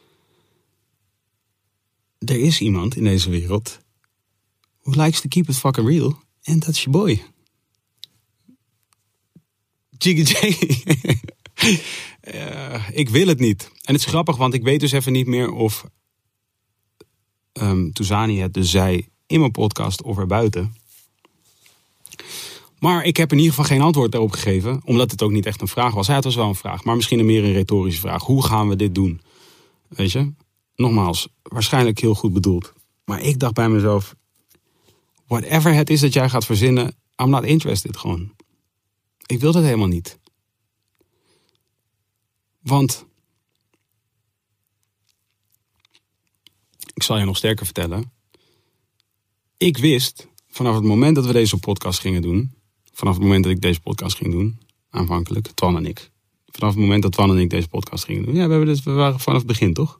Er is iemand in deze wereld who likes to keep it fucking real. And that's your boy. Jiggy J. Ik wil het niet. En het is grappig, want ik weet dus even niet meer of Touzani het dus zei in mijn podcast of erbuiten. Maar ik heb in ieder geval geen antwoord daarop gegeven. Omdat het ook niet echt een vraag was. Ja, het was wel een vraag, maar misschien meer een retorische vraag. Hoe gaan we dit doen? Weet je? Nogmaals, waarschijnlijk heel goed bedoeld. Maar ik dacht bij mezelf, whatever het is dat jij gaat verzinnen, I'm not interested gewoon. Ik wil dat helemaal niet. Want ik zal je nog sterker vertellen. Ik wist vanaf het moment dat we deze podcast gingen doen. Vanaf het moment dat ik deze podcast ging doen. Aanvankelijk, Twan en ik. Vanaf het moment dat Twan en ik deze podcast gingen doen. Ja, we waren vanaf het begin, toch?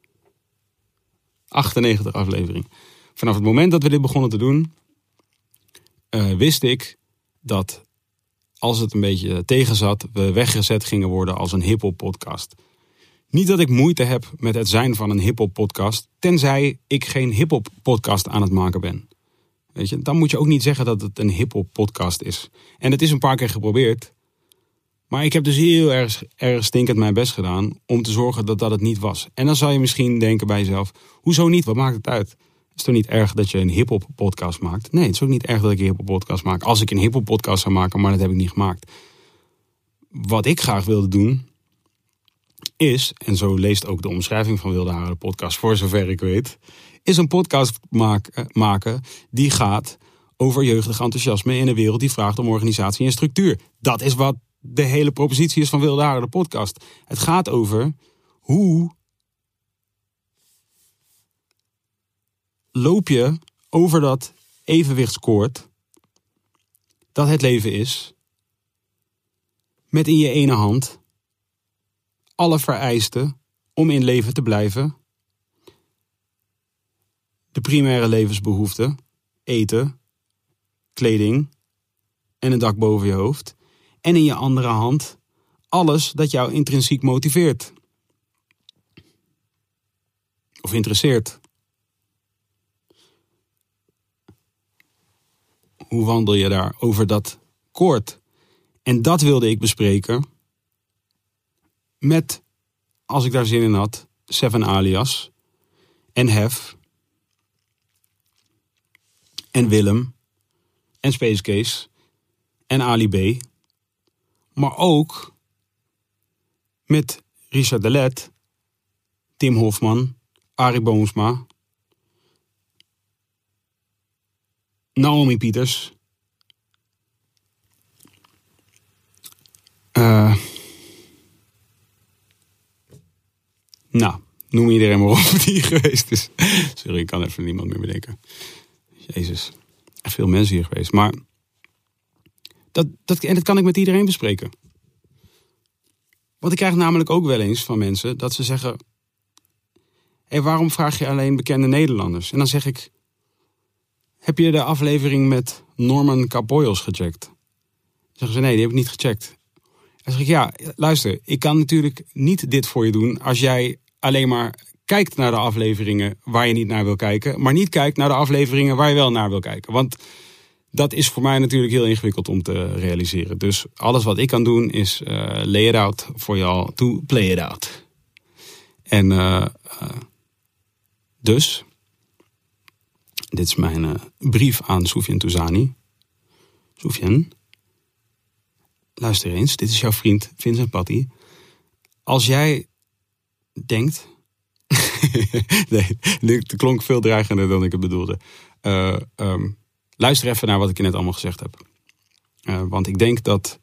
98 aflevering. Vanaf het moment dat we dit begonnen te doen, wist ik dat als het een beetje tegenzat, we weggezet gingen worden als een hiphop podcast. Niet dat ik moeite heb met het zijn van een hiphop podcast, tenzij ik geen hiphop podcast aan het maken ben. Weet je, dan moet je ook niet zeggen dat het een hiphop podcast is. En het is een paar keer geprobeerd. Maar ik heb dus heel erg stinkend mijn best gedaan om te zorgen dat dat het niet was. En dan zal je misschien denken bij jezelf, hoezo niet? Wat maakt het uit? Het is toch niet erg dat je een hiphop podcast maakt? Nee, het is ook niet erg dat ik een hiphop podcast maak. Als ik een hiphop podcast zou maken, maar dat heb ik niet gemaakt. Wat ik graag wilde doen is, en zo leest ook de omschrijving van Wilde Haren de podcast, voor zover ik weet, is een podcast maken die gaat over jeugdig enthousiasme in een wereld die vraagt om organisatie en structuur. Dat is wat de hele propositie is van Wilde Haren de podcast. Het gaat over hoe loop je over dat evenwichtskoord dat het leven is, met in je ene hand alle vereisten om in leven te blijven. De primaire levensbehoeften, eten, kleding en een dak boven je hoofd. En in je andere hand alles dat jou intrinsiek motiveert. Of interesseert. Hoe wandel je daar over dat koord? En dat wilde ik bespreken met, als ik daar zin in had, Seven Alias en Hef en Willem en Space Case en Ali B. Maar ook met Richard de Let, Tim Hofman, Arie Boomsma, Naomi Pieters. Nou, noem iedereen maar op die geweest is. Sorry, ik kan even niemand meer bedenken. Jezus, er veel mensen hier geweest. Maar dat kan ik met iedereen bespreken. Want ik krijg namelijk ook wel eens van mensen dat ze zeggen, hey, waarom vraag je alleen bekende Nederlanders? En dan zeg ik, heb je de aflevering met Norman Capoyos gecheckt? Dan zeggen ze, nee, die heb ik niet gecheckt. Dan zeg ik, ja, luister, ik kan natuurlijk niet dit voor je doen als jij alleen maar kijkt naar de afleveringen waar je niet naar wil kijken, maar niet kijkt naar de afleveringen waar je wel naar wil kijken. Want dat is voor mij natuurlijk heel ingewikkeld om te realiseren. Dus alles wat ik kan doen is lay it out for y'all to play it out. En dus, dit is mijn brief aan Soufiane Touzani. Soufiane, luister eens, dit is jouw vriend Vincent Patty. Als jij denkt, nee, het klonk veel dreigender dan ik het bedoelde. Luister even naar wat ik je net allemaal gezegd heb. Want ik denk dat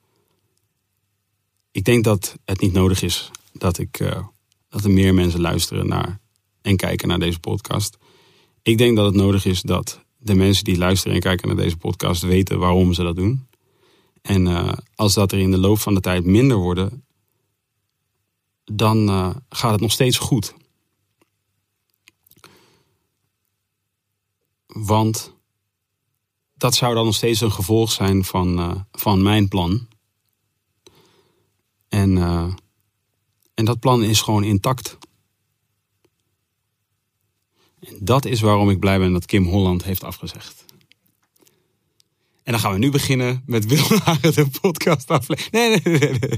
het niet nodig is dat er meer mensen luisteren naar en kijken naar deze podcast. Ik denk dat het nodig is dat de mensen die luisteren en kijken naar deze podcast weten waarom ze dat doen. En als dat er in de loop van de tijd minder worden, dan gaat het nog steeds goed. Want dat zou dan nog steeds een gevolg zijn van mijn plan. En En dat plan is gewoon intact. En dat is waarom ik blij ben dat Kim Holland heeft afgezegd. En dan gaan we nu beginnen met Wilmaren, de podcast aflevering. Nee.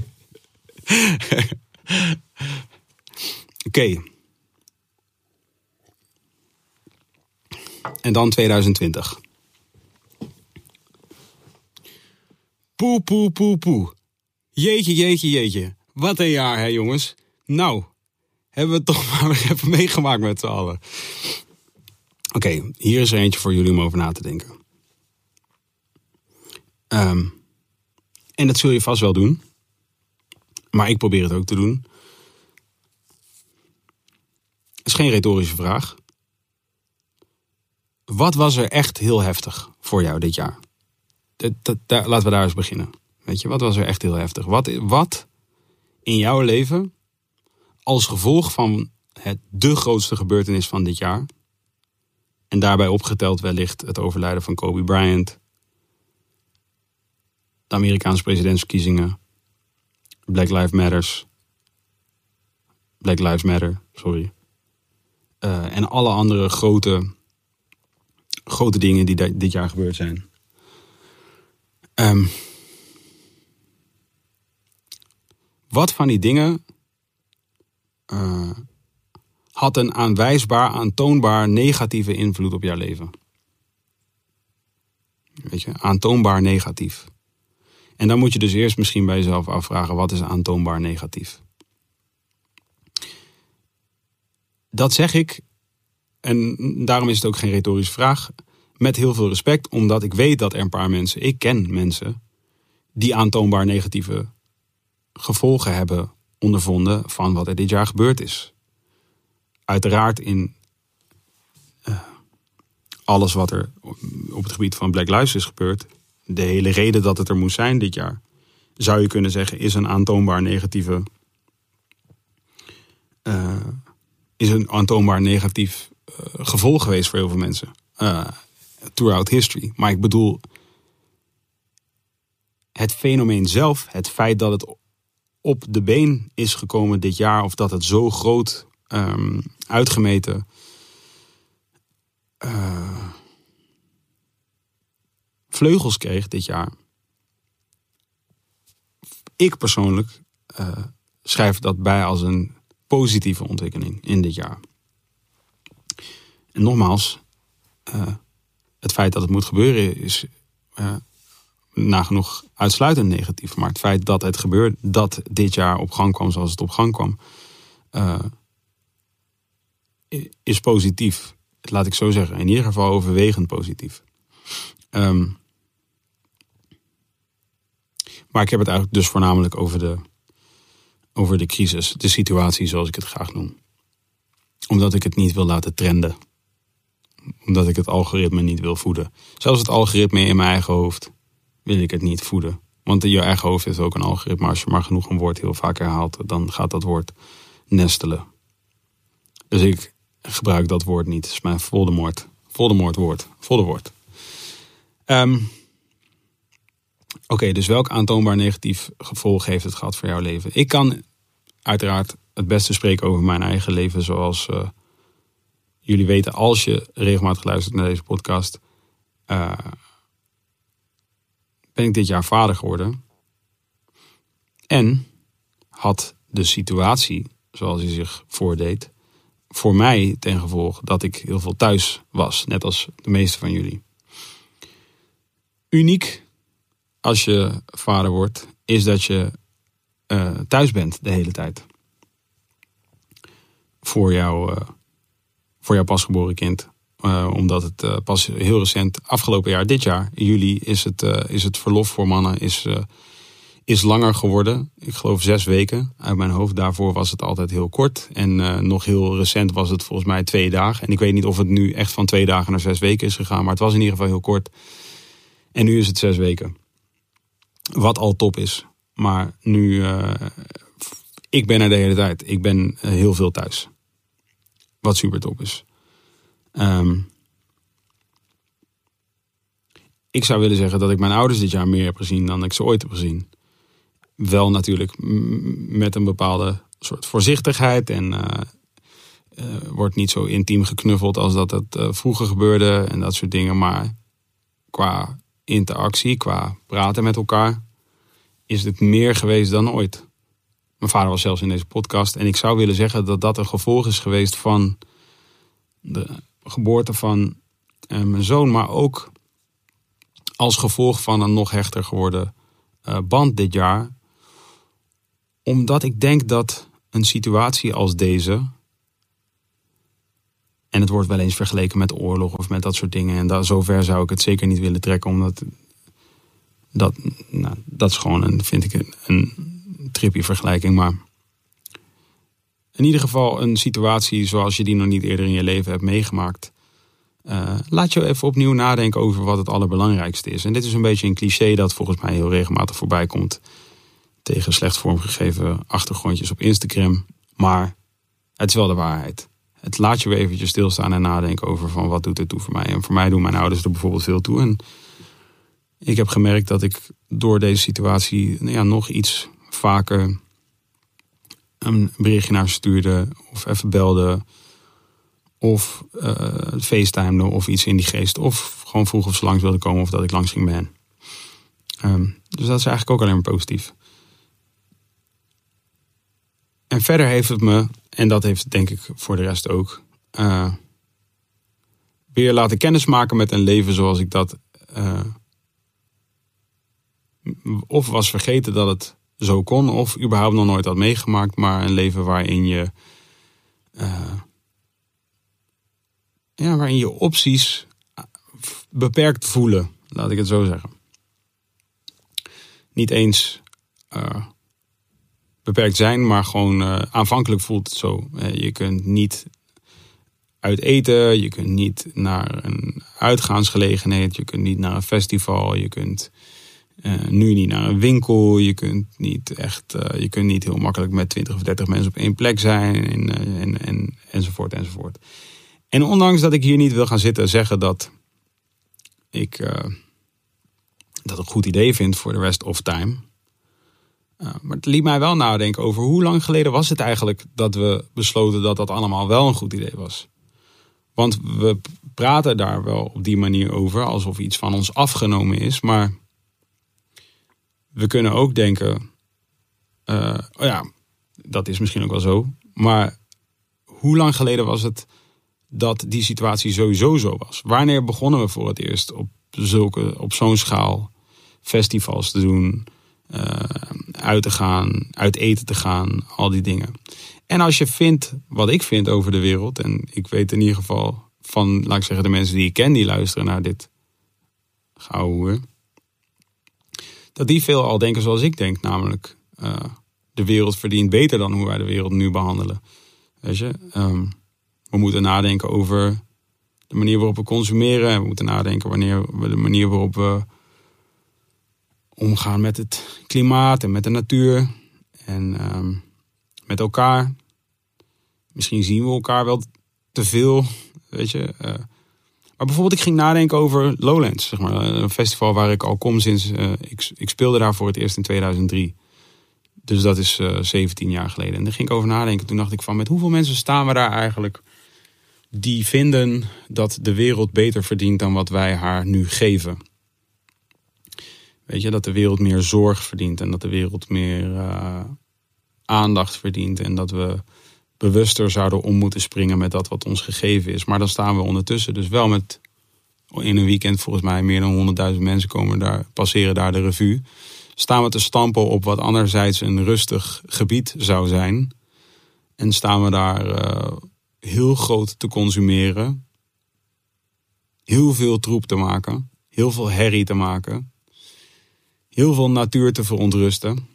Oké. En dan 2020. Poe. Jeetje. Wat een jaar, hè jongens. Nou, hebben we het toch maar weer even meegemaakt met z'n allen. Oké, hier is er eentje voor jullie om over na te denken. En dat zul je vast wel doen. Maar ik probeer het ook te doen. Het is geen retorische vraag. Wat was er echt heel heftig voor jou dit jaar? Laten we daar eens beginnen. Weet je, wat was er echt heel heftig? Wat in jouw leven als gevolg van de grootste gebeurtenis van dit jaar, en daarbij opgeteld wellicht het overlijden van Kobe Bryant, de Amerikaanse presidentsverkiezingen, Black Lives Matter, en alle andere grote dingen die dit jaar gebeurd zijn. Wat van die dingen had een aantoonbaar negatieve invloed op jouw leven? Weet je, aantoonbaar negatief. En dan moet je dus eerst misschien bij jezelf afvragen, wat is aantoonbaar negatief? Dat zeg ik, en daarom is het ook geen retorische vraag, met heel veel respect, omdat ik weet dat er een paar mensen, ik ken mensen, die aantoonbaar negatieve gevolgen hebben ondervonden van wat er dit jaar gebeurd is. Uiteraard in alles wat er op het gebied van Black Lives is gebeurd, de hele reden dat het er moest zijn dit jaar, zou je kunnen zeggen, is een aantoonbaar negatief gevolg geweest voor heel veel mensen. Throughout history. Maar ik bedoel, het fenomeen zelf, het feit dat het op de been is gekomen dit jaar, of dat het zo groot uitgemeten vleugels kreeg dit jaar. Ik persoonlijk schrijf dat bij als een positieve ontwikkeling in dit jaar. En nogmaals, het feit dat het moet gebeuren is nagenoeg uitsluitend negatief. Maar het feit dat het gebeurt, dat dit jaar op gang kwam zoals het op gang kwam, is positief. Laat ik zo zeggen. In ieder geval overwegend positief. Maar ik heb het eigenlijk dus voornamelijk over de crisis. De situatie zoals ik het graag noem. Omdat ik het niet wil laten trenden. Omdat ik het algoritme niet wil voeden. Zelfs het algoritme in mijn eigen hoofd wil ik het niet voeden. Want in je eigen hoofd heeft ook een algoritme. Als je maar genoeg een woord heel vaak herhaalt, dan gaat dat woord nestelen. Dus ik gebruik dat woord niet. Het is mijn Voldemort woord. Voldemort. Oké, dus welk aantoonbaar negatief gevolg heeft het gehad voor jouw leven? Ik kan uiteraard het beste spreken over mijn eigen leven, zoals jullie weten, als je regelmatig luistert naar deze podcast, ben ik dit jaar vader geworden. En had de situatie, zoals die zich voordeed, voor mij ten gevolge dat ik heel veel thuis was. Net als de meeste van jullie. Uniek als je vader wordt, is dat je thuis bent de hele tijd. Voor jouw pasgeboren kind. Omdat het pas heel recent, afgelopen jaar, dit jaar, in juli, is het verlof voor mannen is langer geworden. Ik geloof 6 weken uit mijn hoofd. Daarvoor was het altijd heel kort. En nog heel recent was het volgens mij 2 dagen. En ik weet niet of het nu echt van 2 dagen naar 6 weken is gegaan. Maar het was in ieder geval heel kort. En nu is het 6 weken. Wat al top is. Maar nu, ik ben er de hele tijd. Ik ben heel veel thuis. Wat super top is. Ik zou willen zeggen dat ik mijn ouders dit jaar meer heb gezien dan ik ze ooit heb gezien. Wel natuurlijk met een bepaalde soort voorzichtigheid. En wordt niet zo intiem geknuffeld als dat het vroeger gebeurde. En dat soort dingen. Maar qua interactie, qua praten met elkaar, is het meer geweest dan ooit. Mijn vader was zelfs in deze podcast. En ik zou willen zeggen dat dat een gevolg is geweest van de geboorte van mijn zoon. Maar ook als gevolg van een nog hechter geworden band dit jaar. Omdat ik denk dat een situatie als deze, en het wordt wel eens vergeleken met oorlog of met dat soort dingen. En zover zou ik het zeker niet willen trekken. Omdat dat is gewoon vind ik een trippy vergelijking. Maar in ieder geval een situatie zoals je die nog niet eerder in je leven hebt meegemaakt. Laat je even opnieuw nadenken over wat het allerbelangrijkste is. En dit is een beetje een cliché dat volgens mij heel regelmatig voorbij komt tegen slecht vormgegeven achtergrondjes op Instagram. Maar het is wel de waarheid. Het laat je weer eventjes stilstaan en nadenken over van wat doet het toe voor mij. En voor mij doen mijn ouders er bijvoorbeeld veel toe. En ik heb gemerkt dat ik door deze situatie nog iets vaker een berichtje naar stuurde of even belde of facetimede of iets in die geest. Of gewoon vroeg of ze langs wilden komen of dat ik langs ging bij hen. Dus dat is eigenlijk ook alleen maar positief. En verder heeft het me, en dat heeft denk ik voor de rest ook, weer laten kennismaken met een leven zoals ik dat of was vergeten dat het zo kon, of überhaupt nog nooit had meegemaakt, maar een leven waarin je opties beperkt voelen, laat ik het zo zeggen. Niet eens beperkt zijn, maar gewoon aanvankelijk voelt het zo. Je kunt niet uit eten, je kunt niet naar een uitgaansgelegenheid, je kunt niet naar een festival, je kunt nu niet naar een winkel, je kunt niet heel makkelijk met 20 of 30 mensen op één plek zijn enzovoort enzovoort. En ondanks dat ik hier niet wil gaan zitten zeggen dat ik dat een goed idee vind voor de rest of time. Maar het liet mij wel nadenken over hoe lang geleden was het eigenlijk dat we besloten dat dat allemaal wel een goed idee was. Want we praten daar wel op die manier over alsof iets van ons afgenomen is. Maar we kunnen ook denken, dat is misschien ook wel zo. Maar hoe lang geleden was het dat die situatie sowieso zo was? Wanneer begonnen we voor het eerst op zo'n schaal festivals te doen, uit te gaan, uit eten te gaan, al die dingen. En als je vindt wat ik vind over de wereld, en ik weet in ieder geval van, laat ik zeggen, de mensen die ik ken die luisteren naar dit gehouden, dat die veel al denken zoals ik denk, namelijk de wereld verdient beter dan hoe wij de wereld nu behandelen. Weet je, we moeten nadenken over de manier waarop we consumeren. We moeten nadenken de manier waarop we omgaan met het klimaat en met de natuur en met elkaar. Misschien zien we elkaar wel te veel, weet je. Maar bijvoorbeeld ik ging nadenken over Lowlands, zeg maar, een festival waar ik al kom sinds ik speelde daar voor het eerst in 2003. Dus dat is 17 jaar geleden. En daar ging ik over nadenken. Toen dacht ik van, met hoeveel mensen staan we daar eigenlijk die vinden dat de wereld beter verdient dan wat wij haar nu geven? Weet je, dat de wereld meer zorg verdient en dat de wereld meer aandacht verdient en dat we bewuster zouden om moeten springen met dat wat ons gegeven is. Maar dan staan we ondertussen dus wel met in een weekend volgens mij meer dan 100.000 mensen passeren daar de revue. Staan we te stampen op wat anderzijds een rustig gebied zou zijn. En staan we daar heel groot te consumeren. Heel veel troep te maken. Heel veel herrie te maken. Heel veel natuur te verontrusten.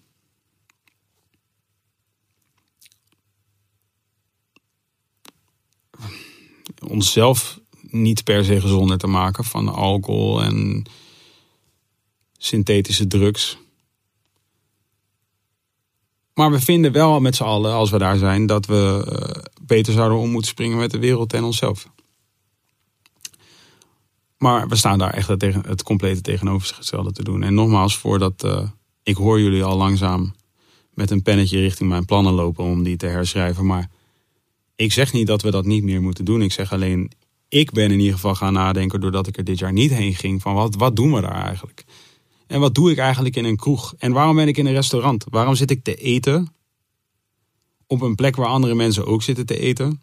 Onszelf niet per se gezonder te maken van alcohol en synthetische drugs. Maar we vinden wel met z'n allen, als we daar zijn, dat we beter zouden om moeten springen met de wereld en onszelf. Maar we staan daar echt het complete tegenovergestelde te doen. En nogmaals, voordat ik hoor jullie al langzaam met een pennetje richting mijn plannen lopen om die te herschrijven. Maar ik zeg niet dat we dat niet meer moeten doen. Ik zeg alleen, ik ben in ieder geval gaan nadenken doordat ik er dit jaar niet heen ging. Van wat doen we daar eigenlijk? En wat doe ik eigenlijk in een kroeg? En waarom ben ik in een restaurant? Waarom zit ik te eten op een plek waar andere mensen ook zitten te eten?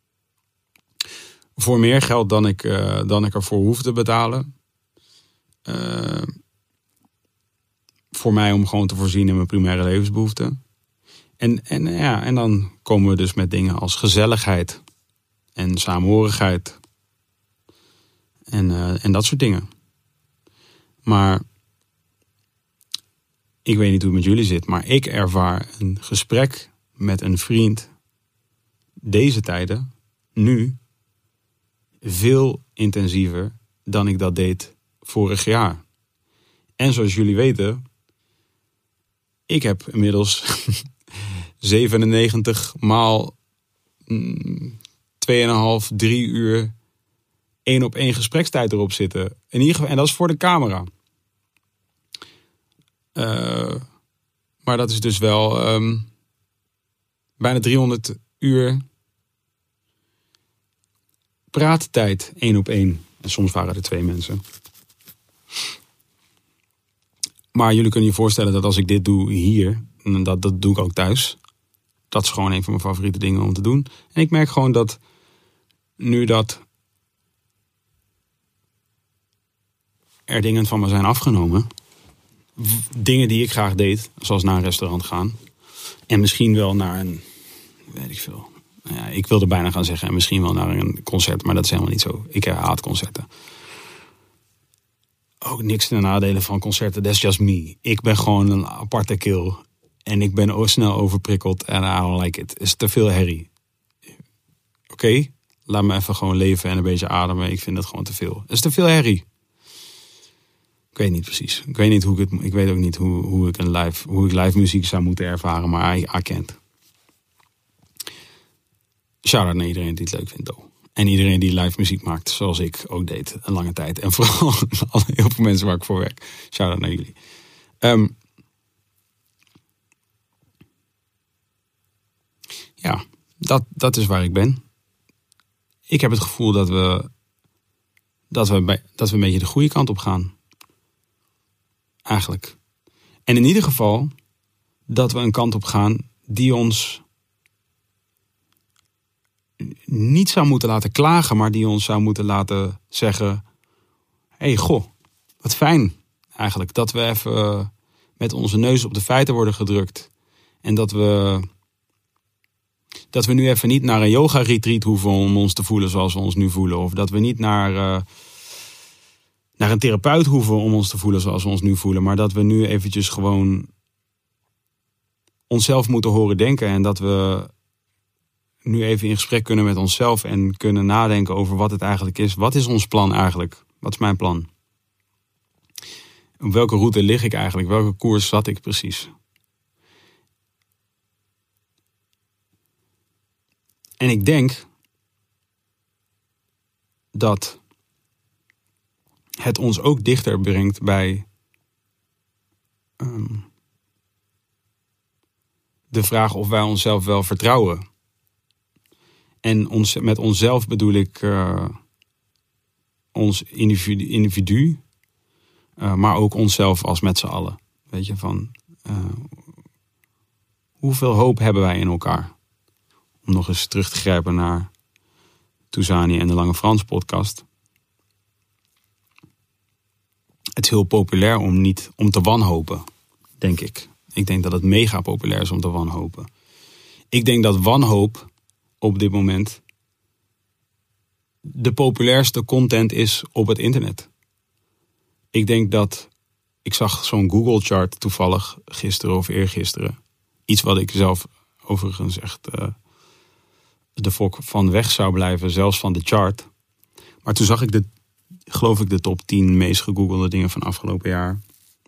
Voor meer geld dan ik ervoor hoef te betalen. Voor mij om gewoon te voorzien in mijn primaire levensbehoeften. En dan komen we dus met dingen als gezelligheid en saamhorigheid. En dat soort dingen. Maar ik weet niet hoe het met jullie zit, maar ik ervaar een gesprek met een vriend deze tijden nu veel intensiever dan ik dat deed vorig jaar. En zoals jullie weten, ik heb inmiddels 97 maal 2,5, 3 uur 1-op-1 gesprekstijd erop zitten. In ieder geval, en dat is voor de camera. Maar dat is dus wel bijna 300 uur praattijd 1-op-1. En soms waren er 2 mensen. Maar jullie kunnen je voorstellen dat als ik dit doe hier, en dat doe ik ook thuis. Dat is gewoon een van mijn favoriete dingen om te doen. En ik merk gewoon dat nu dat er dingen van me zijn afgenomen, dingen die ik graag deed, zoals naar een restaurant gaan. En misschien wel naar een, weet ik veel. Nou ja, ik wilde bijna gaan zeggen, en misschien wel naar een concert, maar dat is helemaal niet zo. Ik haat concerten. Ook niks ten nadele van concerten, that's just me. Ik ben gewoon een aparte keel. En ik ben ook snel overprikkeld en I don't like it. Het is te veel herrie. Oké, laat me even gewoon leven en een beetje ademen. Ik vind het gewoon te veel. Het is te veel herrie. Ik weet niet precies. Ik weet ook niet hoe ik live muziek zou moeten ervaren, maar I can't. Shout-out naar iedereen die het leuk vindt, though. En iedereen die live muziek maakt, zoals ik ook deed een lange tijd. En vooral heel veel mensen waar ik voor werk. Shout-out naar jullie. Ja, dat is waar ik ben. Ik heb het gevoel dat we een beetje de goede kant op gaan. Eigenlijk. En in ieder geval dat we een kant op gaan die ons niet zou moeten laten klagen, maar die ons zou moeten laten zeggen: hey, goh, wat fijn eigenlijk dat we even met onze neus op de feiten worden gedrukt. En dat we nu even niet naar een yoga-retreat hoeven om ons te voelen zoals we ons nu voelen. Of dat we niet naar een therapeut hoeven om ons te voelen zoals we ons nu voelen. Maar dat we nu eventjes gewoon onszelf moeten horen denken. En dat we nu even in gesprek kunnen met onszelf en kunnen nadenken over wat het eigenlijk is. Wat is ons plan eigenlijk? Wat is mijn plan? Op welke route lig ik eigenlijk? Welke koers zat ik precies? En ik denk dat het ons ook dichter brengt bij de vraag of wij onszelf wel vertrouwen. En met onszelf bedoel ik ons individu, maar ook onszelf als met z'n allen. Weet je, van hoeveel hoop hebben wij in elkaar? Om nog eens terug te grijpen naar Touzani en de Lange Frans podcast. Het is heel populair om te wanhopen, denk ik. Ik denk dat het mega populair is om te wanhopen. Ik denk dat wanhoop op dit moment de populairste content is op het internet. Ik zag zo'n Google chart toevallig gisteren of eergisteren. Iets wat ik zelf overigens echt de fok van weg zou blijven, zelfs van de chart. Maar toen zag ik de top 10 meest gegoogelde dingen van afgelopen jaar.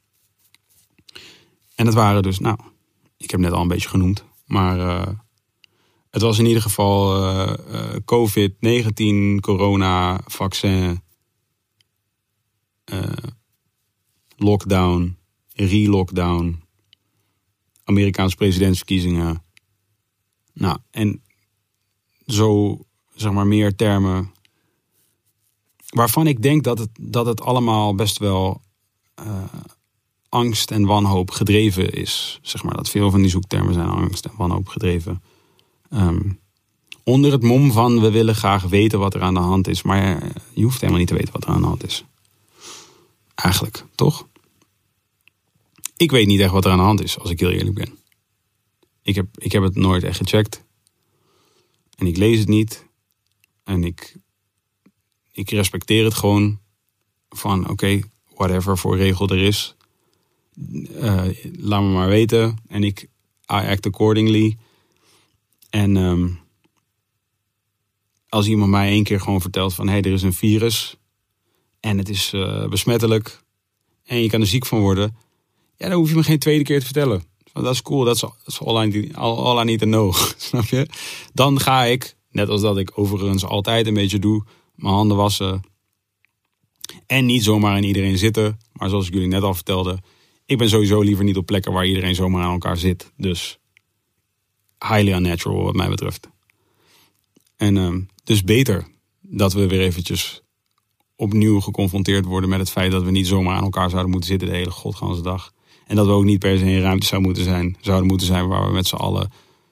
En het waren dus, ik heb net al een beetje genoemd, maar het was in ieder geval COVID-19, corona, vaccin, lockdown, re-lockdown, Amerikaanse presidentsverkiezingen. Nou, en zo, zeg maar, meer termen waarvan ik denk dat het allemaal best wel angst en wanhoop gedreven is. Zeg maar, dat veel van die zoektermen zijn angst en wanhoop gedreven. Onder het mom van we willen graag weten wat er aan de hand is. Maar je hoeft helemaal niet te weten wat er aan de hand is. Eigenlijk, toch? Ik weet niet echt wat er aan de hand is, als ik heel eerlijk ben. Ik heb het nooit echt gecheckt. En ik lees het niet. En ik respecteer het gewoon. Van oké, whatever voor regel er is. Laat me maar weten. En I act accordingly. En als iemand mij 1 keer gewoon vertelt van er is een virus. En het is besmettelijk. En je kan er ziek van worden. Ja, dan hoef je me geen 2e keer te vertellen. Dat is cool, dat is all I need to know. Snap je? Dan ga ik, net als dat ik overigens altijd een beetje doe, mijn handen wassen. En niet zomaar in iedereen zitten. Maar zoals ik jullie net al vertelde, ik ben sowieso liever niet op plekken waar iedereen zomaar aan elkaar zit. Dus highly unnatural wat mij betreft. En dus beter dat we weer eventjes opnieuw geconfronteerd worden met het feit dat we niet zomaar aan elkaar zouden moeten zitten de hele godganse dag. En dat we ook niet per se in ruimte zouden moeten zijn waar we met z'n allen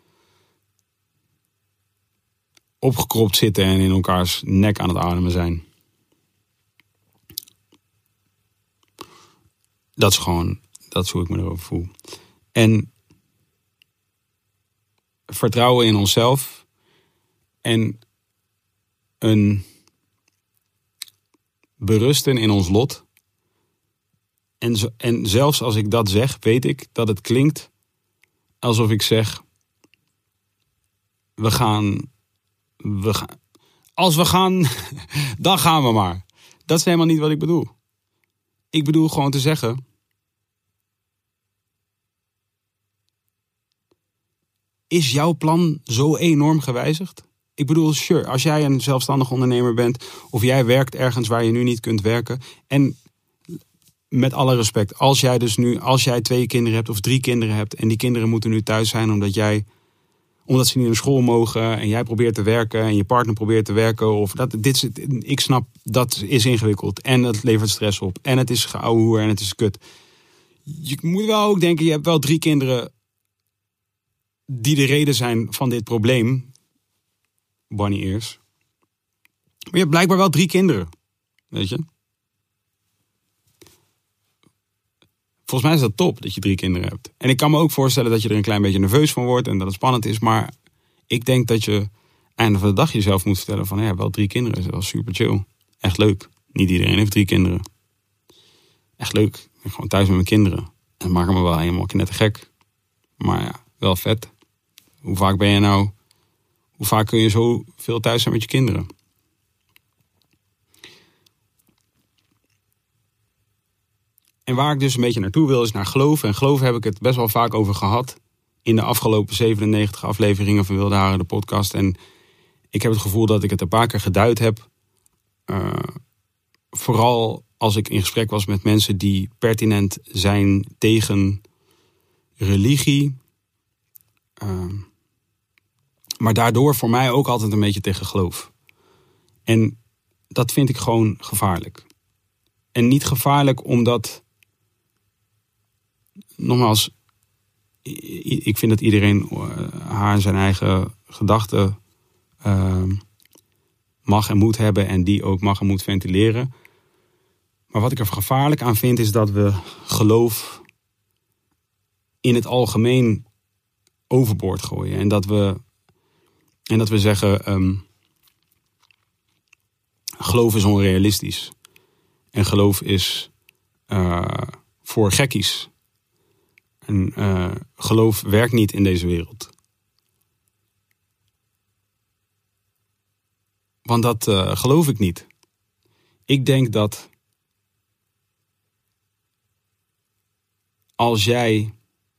opgekropt zitten en in elkaars nek aan het ademen zijn. Dat is hoe ik me erover voel. En vertrouwen in onszelf en een berusten in ons lot. En zelfs als ik dat zeg, weet ik dat het klinkt alsof ik zeg, als we gaan, dan gaan we maar. Dat is helemaal niet wat ik bedoel. Ik bedoel gewoon te zeggen, is jouw plan zo enorm gewijzigd? Ik bedoel, sure, als jij een zelfstandig ondernemer bent of jij werkt ergens waar je nu niet kunt werken. En met alle respect, als jij 2 kinderen hebt of 3 kinderen hebt en die kinderen moeten nu thuis zijn omdat ze niet naar school mogen en jij probeert te werken en je partner probeert te werken. Ik snap, dat is ingewikkeld en dat levert stress op en het is geouwehoer en het is kut. Je moet wel ook denken, je hebt wel 3 kinderen die de reden zijn van dit probleem. Bunny ears. Maar je hebt blijkbaar wel 3 kinderen. Weet je? Volgens mij is dat top dat je 3 kinderen hebt. En ik kan me ook voorstellen dat je er een klein beetje nerveus van wordt en dat het spannend is. Maar ik denk dat je einde van de dag jezelf moet vertellen van, ja, wel 3 kinderen. Dat is wel super chill. Echt leuk. Niet iedereen heeft 3 kinderen. Echt leuk. Ik ben gewoon thuis met mijn kinderen. En maken me wel helemaal knettergek. Maar ja, wel vet. Hoe vaak kun je zo veel thuis zijn met je kinderen? En waar ik dus een beetje naartoe wil is naar geloof. En geloof heb ik het best wel vaak over gehad in de afgelopen 97 afleveringen van Wilde Haren, de podcast. En ik heb het gevoel dat ik het een paar keer geduid heb. Vooral als ik in gesprek was met mensen die pertinent zijn tegen religie. Maar daardoor voor mij ook altijd een beetje tegen geloof. En dat vind ik gewoon gevaarlijk. En niet gevaarlijk omdat, nogmaals, ik vind dat iedereen haar zijn eigen gedachten mag en moet hebben en die ook mag en moet ventileren. Maar wat ik er gevaarlijk aan vind is dat we geloof in het algemeen overboord gooien. En dat we zeggen, geloof is onrealistisch. En geloof is voor gekkies. En geloof werkt niet in deze wereld. Want dat geloof ik niet. Ik denk dat als jij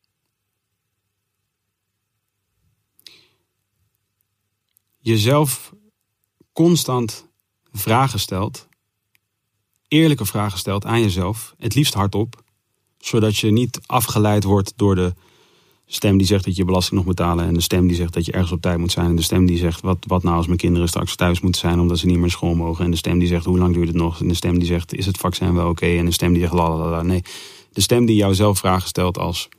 jezelf constant vragen stelt, eerlijke vragen stelt aan jezelf, het liefst hardop, Zodat je niet afgeleid wordt door de stem die zegt dat je belasting nog moet betalen. En de stem die zegt dat je ergens op tijd moet zijn. En de stem die zegt wat nou als mijn kinderen straks thuis moeten zijn omdat ze niet meer naar school mogen. En de stem die zegt hoe lang duurt het nog. En de stem die zegt is het vaccin wel oké. En de stem die zegt lalalala. Nee, de stem die jou zelf vragen stelt als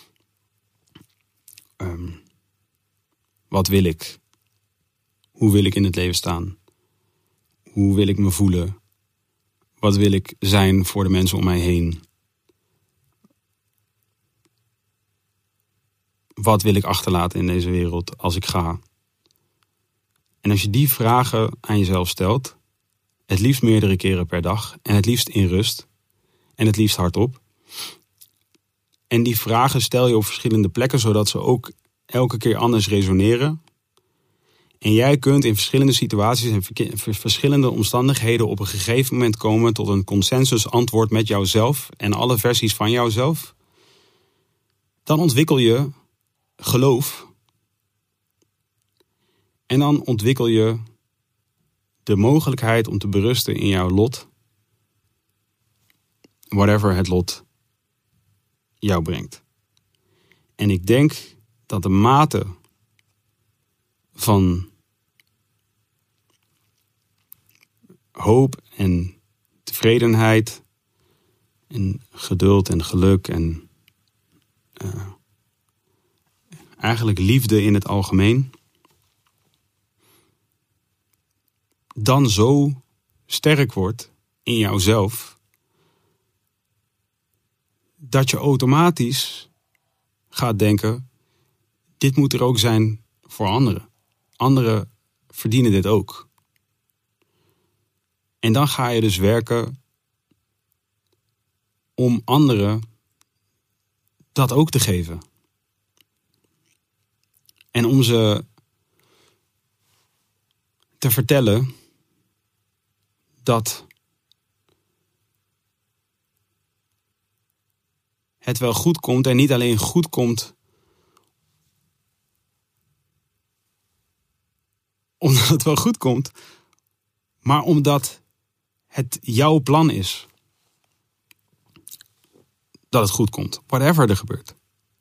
wat wil ik? Hoe wil ik in het leven staan? Hoe wil ik me voelen? Wat wil ik zijn voor de mensen om mij heen? Wat wil ik achterlaten in deze wereld als ik ga? En als je die vragen aan jezelf stelt, het liefst meerdere keren per dag en het liefst in rust en het liefst hardop. En die vragen stel je op verschillende plekken, zodat ze ook elke keer anders resoneren. En jij kunt in verschillende situaties en verschillende omstandigheden op een gegeven moment komen tot een consensusantwoord met jouzelf en alle versies van jouzelf. Dan ontwikkel je geloof. En dan ontwikkel je de mogelijkheid om te berusten in jouw lot. Whatever het lot jou brengt. En ik denk dat de mate van hoop en tevredenheid en geduld en geluk en eigenlijk liefde in het algemeen dan zo sterk wordt in jouzelf dat je automatisch gaat denken, dit moet er ook zijn voor anderen. Anderen verdienen dit ook. En dan ga je dus werken om anderen dat ook te geven. En om ze te vertellen dat het wel goed komt en niet alleen goed komt omdat het wel goed komt, maar omdat het jouw plan is dat het goed komt, whatever er gebeurt.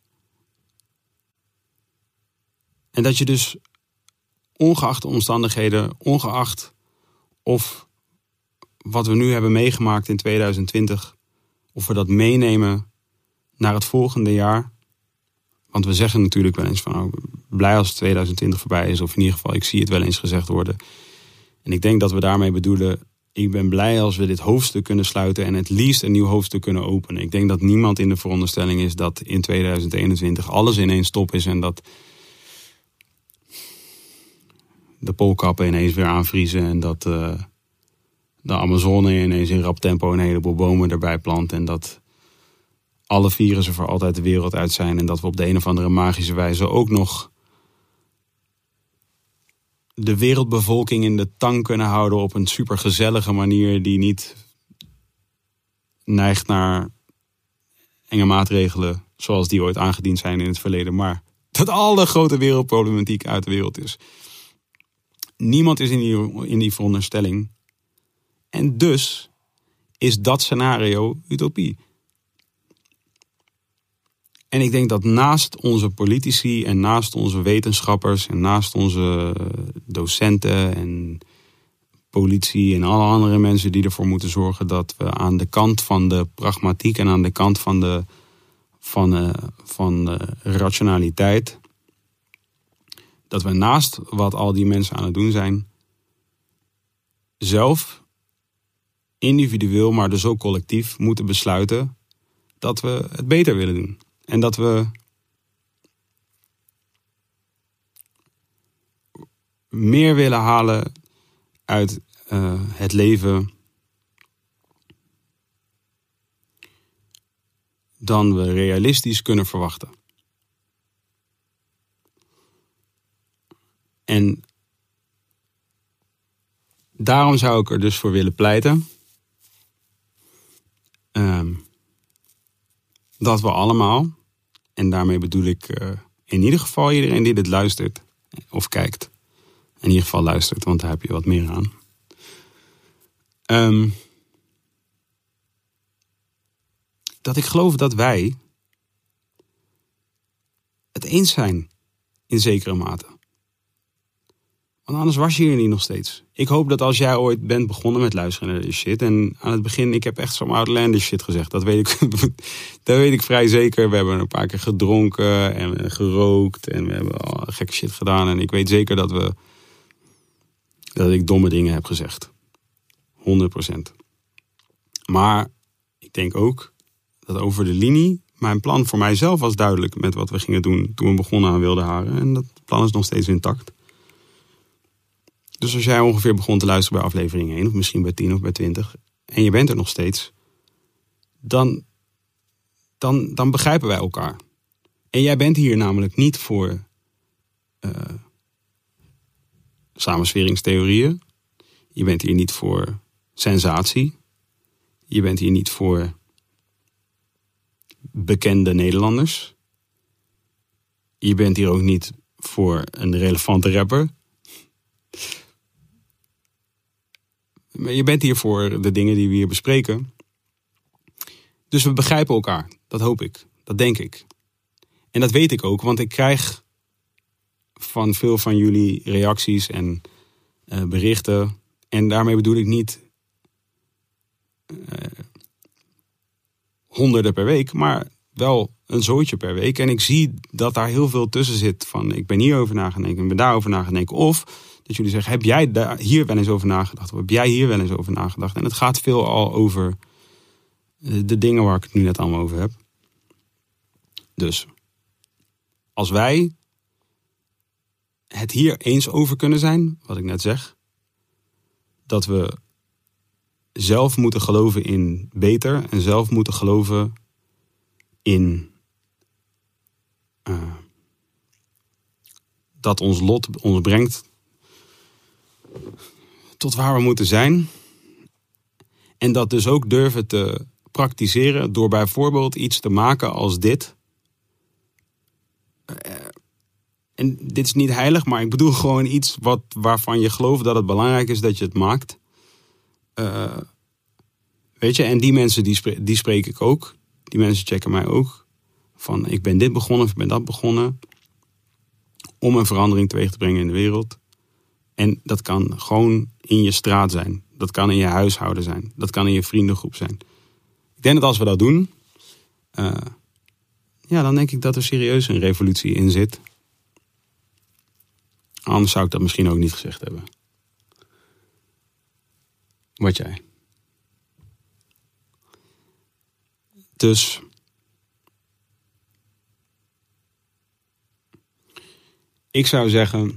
En dat je dus ongeacht de omstandigheden, ongeacht of wat we nu hebben meegemaakt in 2020, of we dat meenemen naar het volgende jaar. Want we zeggen natuurlijk wel eens van blij als 2020 voorbij is, of in ieder geval ik zie het wel eens gezegd worden. En ik denk dat we daarmee bedoelen, ik ben blij als we dit hoofdstuk kunnen sluiten en het liefst een nieuw hoofdstuk kunnen openen. Ik denk dat niemand in de veronderstelling is dat in 2021 alles ineens top is en dat de poolkappen ineens weer aanvriezen en dat de Amazone ineens in rap tempo een heleboel bomen erbij plant en dat alle virussen voor altijd de wereld uit zijn en dat we op de een of andere magische wijze ook nog de wereldbevolking in de tang kunnen houden op een supergezellige manier die niet neigt naar enge maatregelen zoals die ooit aangediend zijn in het verleden, maar dat alle grote wereldproblematiek uit de wereld is. Niemand is in die veronderstelling. En dus is dat scenario utopie. En ik denk dat naast onze politici en naast onze wetenschappers en naast onze docenten en politie en alle andere mensen die ervoor moeten zorgen dat we aan de kant van de pragmatiek en aan de kant van de rationaliteit, dat we naast wat al die mensen aan het doen zijn, zelf individueel, maar dus ook collectief moeten besluiten dat we het beter willen doen. En dat we meer willen halen uit het leven dan we realistisch kunnen verwachten. En daarom zou ik er dus voor willen pleiten dat we allemaal, en daarmee bedoel ik in ieder geval iedereen die dit luistert of kijkt, in ieder geval luistert, want daar heb je wat meer aan. dat ik geloof dat wij het eens zijn in zekere mate. Want anders was je hier niet nog steeds. Ik hoop dat als jij ooit bent begonnen met luisteren naar deze shit. En aan het begin, ik heb echt zo'n outlandish shit gezegd. Dat weet ik vrij zeker. We hebben een paar keer gedronken en gerookt. En we hebben al gekke shit gedaan. En ik weet zeker dat ik domme dingen heb gezegd. 100%. Maar ik denk ook dat over de linie mijn plan voor mijzelf was duidelijk met wat we gingen doen toen we begonnen aan Wilde Haren. En dat plan is nog steeds intact. Dus als jij ongeveer begon te luisteren bij aflevering 1, of misschien bij 10 of bij 20, en je bent er nog steeds, dan begrijpen wij elkaar. En jij bent hier namelijk niet voor samensweringstheorieën. Je bent hier niet voor sensatie. Je bent hier niet voor bekende Nederlanders. Je bent hier ook niet voor een relevante rapper. Maar je bent hier voor de dingen die we hier bespreken. Dus we begrijpen elkaar. Dat hoop ik. Dat denk ik. En dat weet ik ook, want ik krijg van veel van jullie reacties en berichten. En daarmee bedoel ik niet honderden per week, maar wel een zootje per week. En ik zie dat daar heel veel tussen zit van ik ben hierover na gaan denken, ik ben daarover na gaan denken. Of dat jullie zeggen, heb jij daar hier wel eens over nagedacht? Of heb jij hier wel eens over nagedacht? En het gaat veel al over de dingen waar ik het nu net allemaal over heb. Dus als wij het hier eens over kunnen zijn, wat ik net zeg, dat we zelf moeten geloven in beter en zelf moeten geloven in dat ons lot ons brengt tot waar we moeten zijn. En dat dus ook durven te praktiseren door bijvoorbeeld iets te maken als dit. En dit is niet heilig, maar ik bedoel gewoon iets waarvan je gelooft dat het belangrijk is dat je het maakt. Weet je, en die mensen die spreek ik ook. Die mensen checken mij ook. Van ik ben dit begonnen of ik ben dat begonnen. Om een verandering teweeg te brengen in de wereld. En dat kan gewoon in je straat zijn. Dat kan in je huishouden zijn. Dat kan in je vriendengroep zijn. Ik denk dat als we dat doen, dan denk ik dat er serieus een revolutie in zit. Anders zou ik dat misschien ook niet gezegd hebben. Wat jij? Dus ik zou zeggen,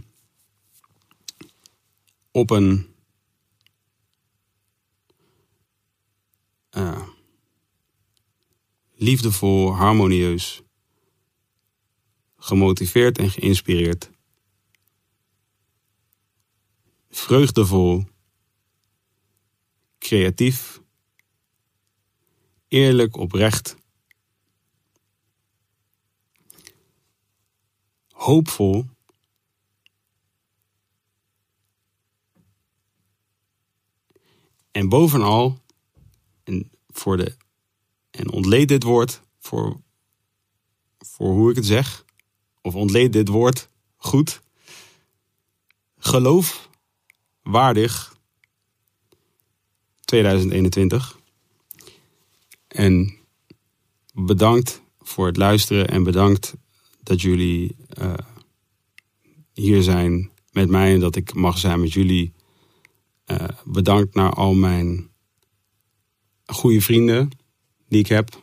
op een liefdevol, harmonieus, gemotiveerd en geïnspireerd, vreugdevol, creatief, eerlijk, oprecht, hoopvol, en bovenal, en ontleed dit woord voor hoe ik het zeg, of ontleed dit woord goed, geloofwaardig 2021. En bedankt voor het luisteren en bedankt dat jullie hier zijn met mij en dat ik mag zijn met jullie. Bedankt naar al mijn goede vrienden die ik heb.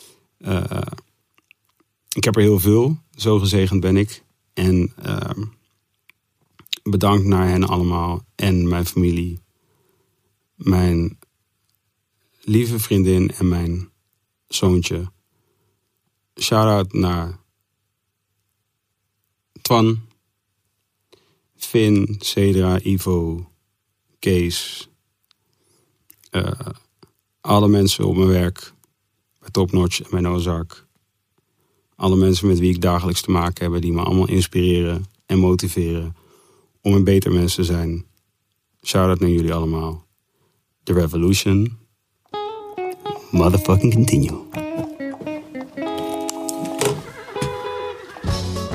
Ik heb er heel veel, zo gezegend ben ik. En bedankt naar hen allemaal en mijn familie, mijn lieve vriendin en mijn zoontje. Shout-out naar Twan, Finn, Cedra, Ivo, Kees. Alle mensen op mijn werk, bij Top Notch en bij Ozark. Alle mensen met wie ik dagelijks te maken heb, die me allemaal inspireren en motiveren om een beter mens te zijn. Shout-out naar jullie allemaal. The revolution motherfucking continue.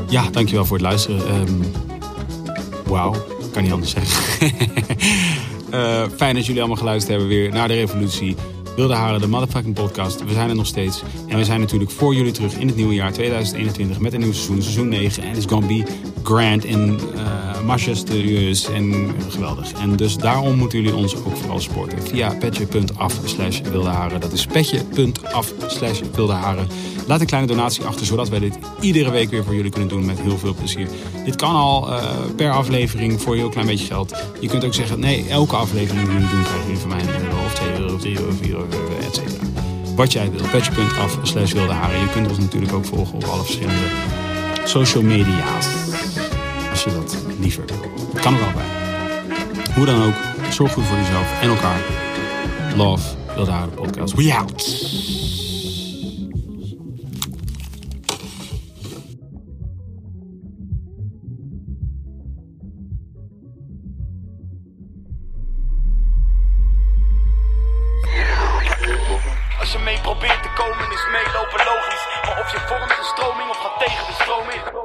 Ja, dankjewel voor het luisteren. Wauw, kan niet anders zeggen. Fijn dat jullie allemaal geluisterd hebben weer naar de Revolutie. Wilde Haren, de motherfucking podcast. We zijn er nog steeds. En we zijn natuurlijk voor jullie terug in het nieuwe jaar 2021 met een nieuw seizoen. Seizoen 9. En it's gonna be grand en majestueus en geweldig. En dus daarom moeten jullie ons ook vooral supporten. Via petje.af/wildeharen. Dat is petje.af/wildeharen. Laat een kleine donatie achter, zodat wij dit iedere week weer voor jullie kunnen doen met heel veel plezier. Dit kan al per aflevering voor een heel klein beetje geld. Je kunt ook zeggen, nee, elke aflevering die jullie doen krijgen jullie van mij €1 of €2 of €3 of €4 etc. Wat jij wil. Petje.af/wildeharen. Je kunt ons natuurlijk ook volgen op alle verschillende social media's. Als je dat liever wil. Kan er wel bij. Hoe dan ook, zorg goed voor jezelf en elkaar. Love, Wilde Haren podcast. We out! Als je mee probeert te komen is meelopen logisch. Maar of je vormt een stroming of gaat tegen de stroom in.